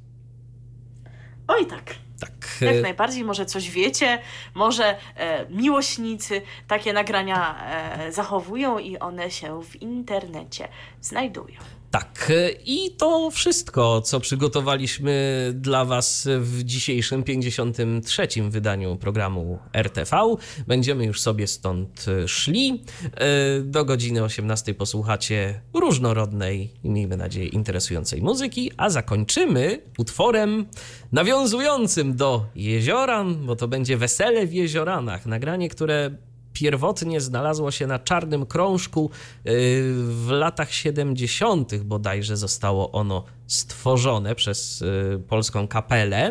Oj tak. Tak. Jak najbardziej, może coś wiecie, może e, miłośnicy takie nagrania e, zachowują i one się w internecie znajdują. Tak, i to wszystko, co przygotowaliśmy dla Was w dzisiejszym pięćdziesiątym trzecim wydaniu programu R T V. Będziemy już sobie stąd szli. Do godziny osiemnastej posłuchacie różnorodnej i miejmy nadzieję interesującej muzyki, a zakończymy utworem nawiązującym do Jezioran, bo to będzie Wesele w Jezioranach. Nagranie, które pierwotnie znalazło się na Czarnym Krążku w latach siedemdziesiątych bodajże zostało ono stworzone przez polską kapelę.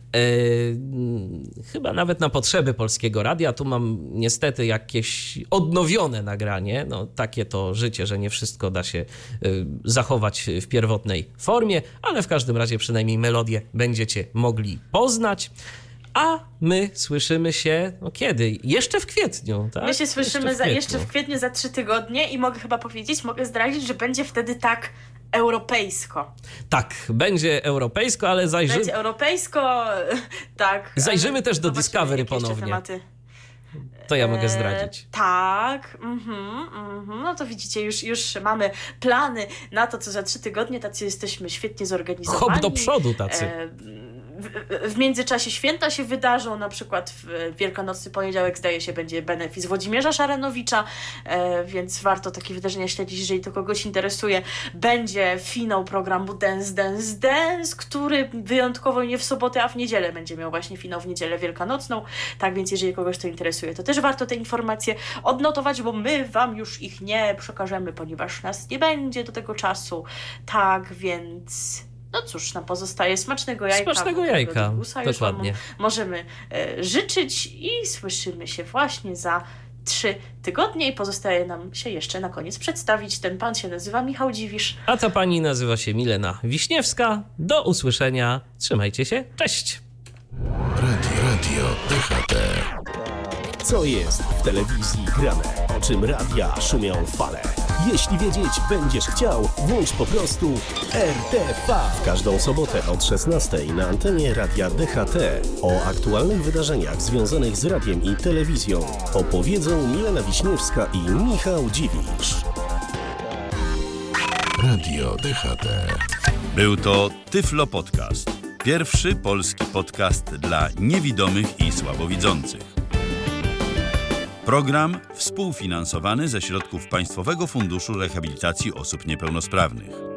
Chyba nawet na potrzeby Polskiego Radia. Tu mam niestety jakieś odnowione nagranie. No, takie to życie, że nie wszystko da się zachować w pierwotnej formie, ale w każdym razie przynajmniej melodię będziecie mogli poznać. A my słyszymy się, no kiedy? Jeszcze w kwietniu, tak? My się słyszymy jeszcze w, za, jeszcze w kwietniu za trzy tygodnie i mogę chyba powiedzieć, mogę zdradzić, że będzie wtedy tak europejsko. Tak, będzie europejsko, ale zajrzymy... Będzie europejsko, tak. Zajrzymy też do Zobaczymy, Discovery jakie jeszcze ponownie. Tematy. To ja mogę zdradzić. E, tak, mhm, mhm. No to widzicie, już, już mamy plany na to, co za trzy tygodnie, tacy jesteśmy świetnie zorganizowani. Hop do przodu tacy. E, w, w międzyczasie święta się wydarzą, na przykład w Wielkanocny poniedziałek zdaje się będzie benefis Włodzimierza Szaranowicza, e, więc warto takie wydarzenia śledzić, jeżeli to kogoś interesuje. Będzie finał programu Dance, Dance, Dance, który wyjątkowo nie w sobotę, a w niedzielę będzie miał właśnie finał w niedzielę wielkanocną, tak więc jeżeli kogoś to interesuje, to też warto te informacje odnotować, bo my wam już ich nie przekażemy, ponieważ nas nie będzie do tego czasu, tak więc... No cóż, nam pozostaje smacznego jajka. Smacznego jajka, dokładnie. Możemy e, życzyć i słyszymy się właśnie za trzy tygodnie i pozostaje nam się jeszcze na koniec przedstawić. Ten pan się nazywa Michał Dziwisz. A ta pani nazywa się Milena Wiśniewska. Do usłyszenia. Trzymajcie się. Cześć. Radio, radio D H T. Co jest w telewizji grane? O czym radia szumią fale? Jeśli wiedzieć będziesz chciał, włącz po prostu R T V. W każdą sobotę od szesnastej na antenie Radia D H T o aktualnych wydarzeniach związanych z radiem i telewizją opowiedzą Milena Wiśniewska i Michał Dziwisz. Radio D H T. Był to Tyflo Podcast. Pierwszy polski podcast dla niewidomych i słabowidzących. Program współfinansowany ze środków Państwowego Funduszu Rehabilitacji Osób Niepełnosprawnych.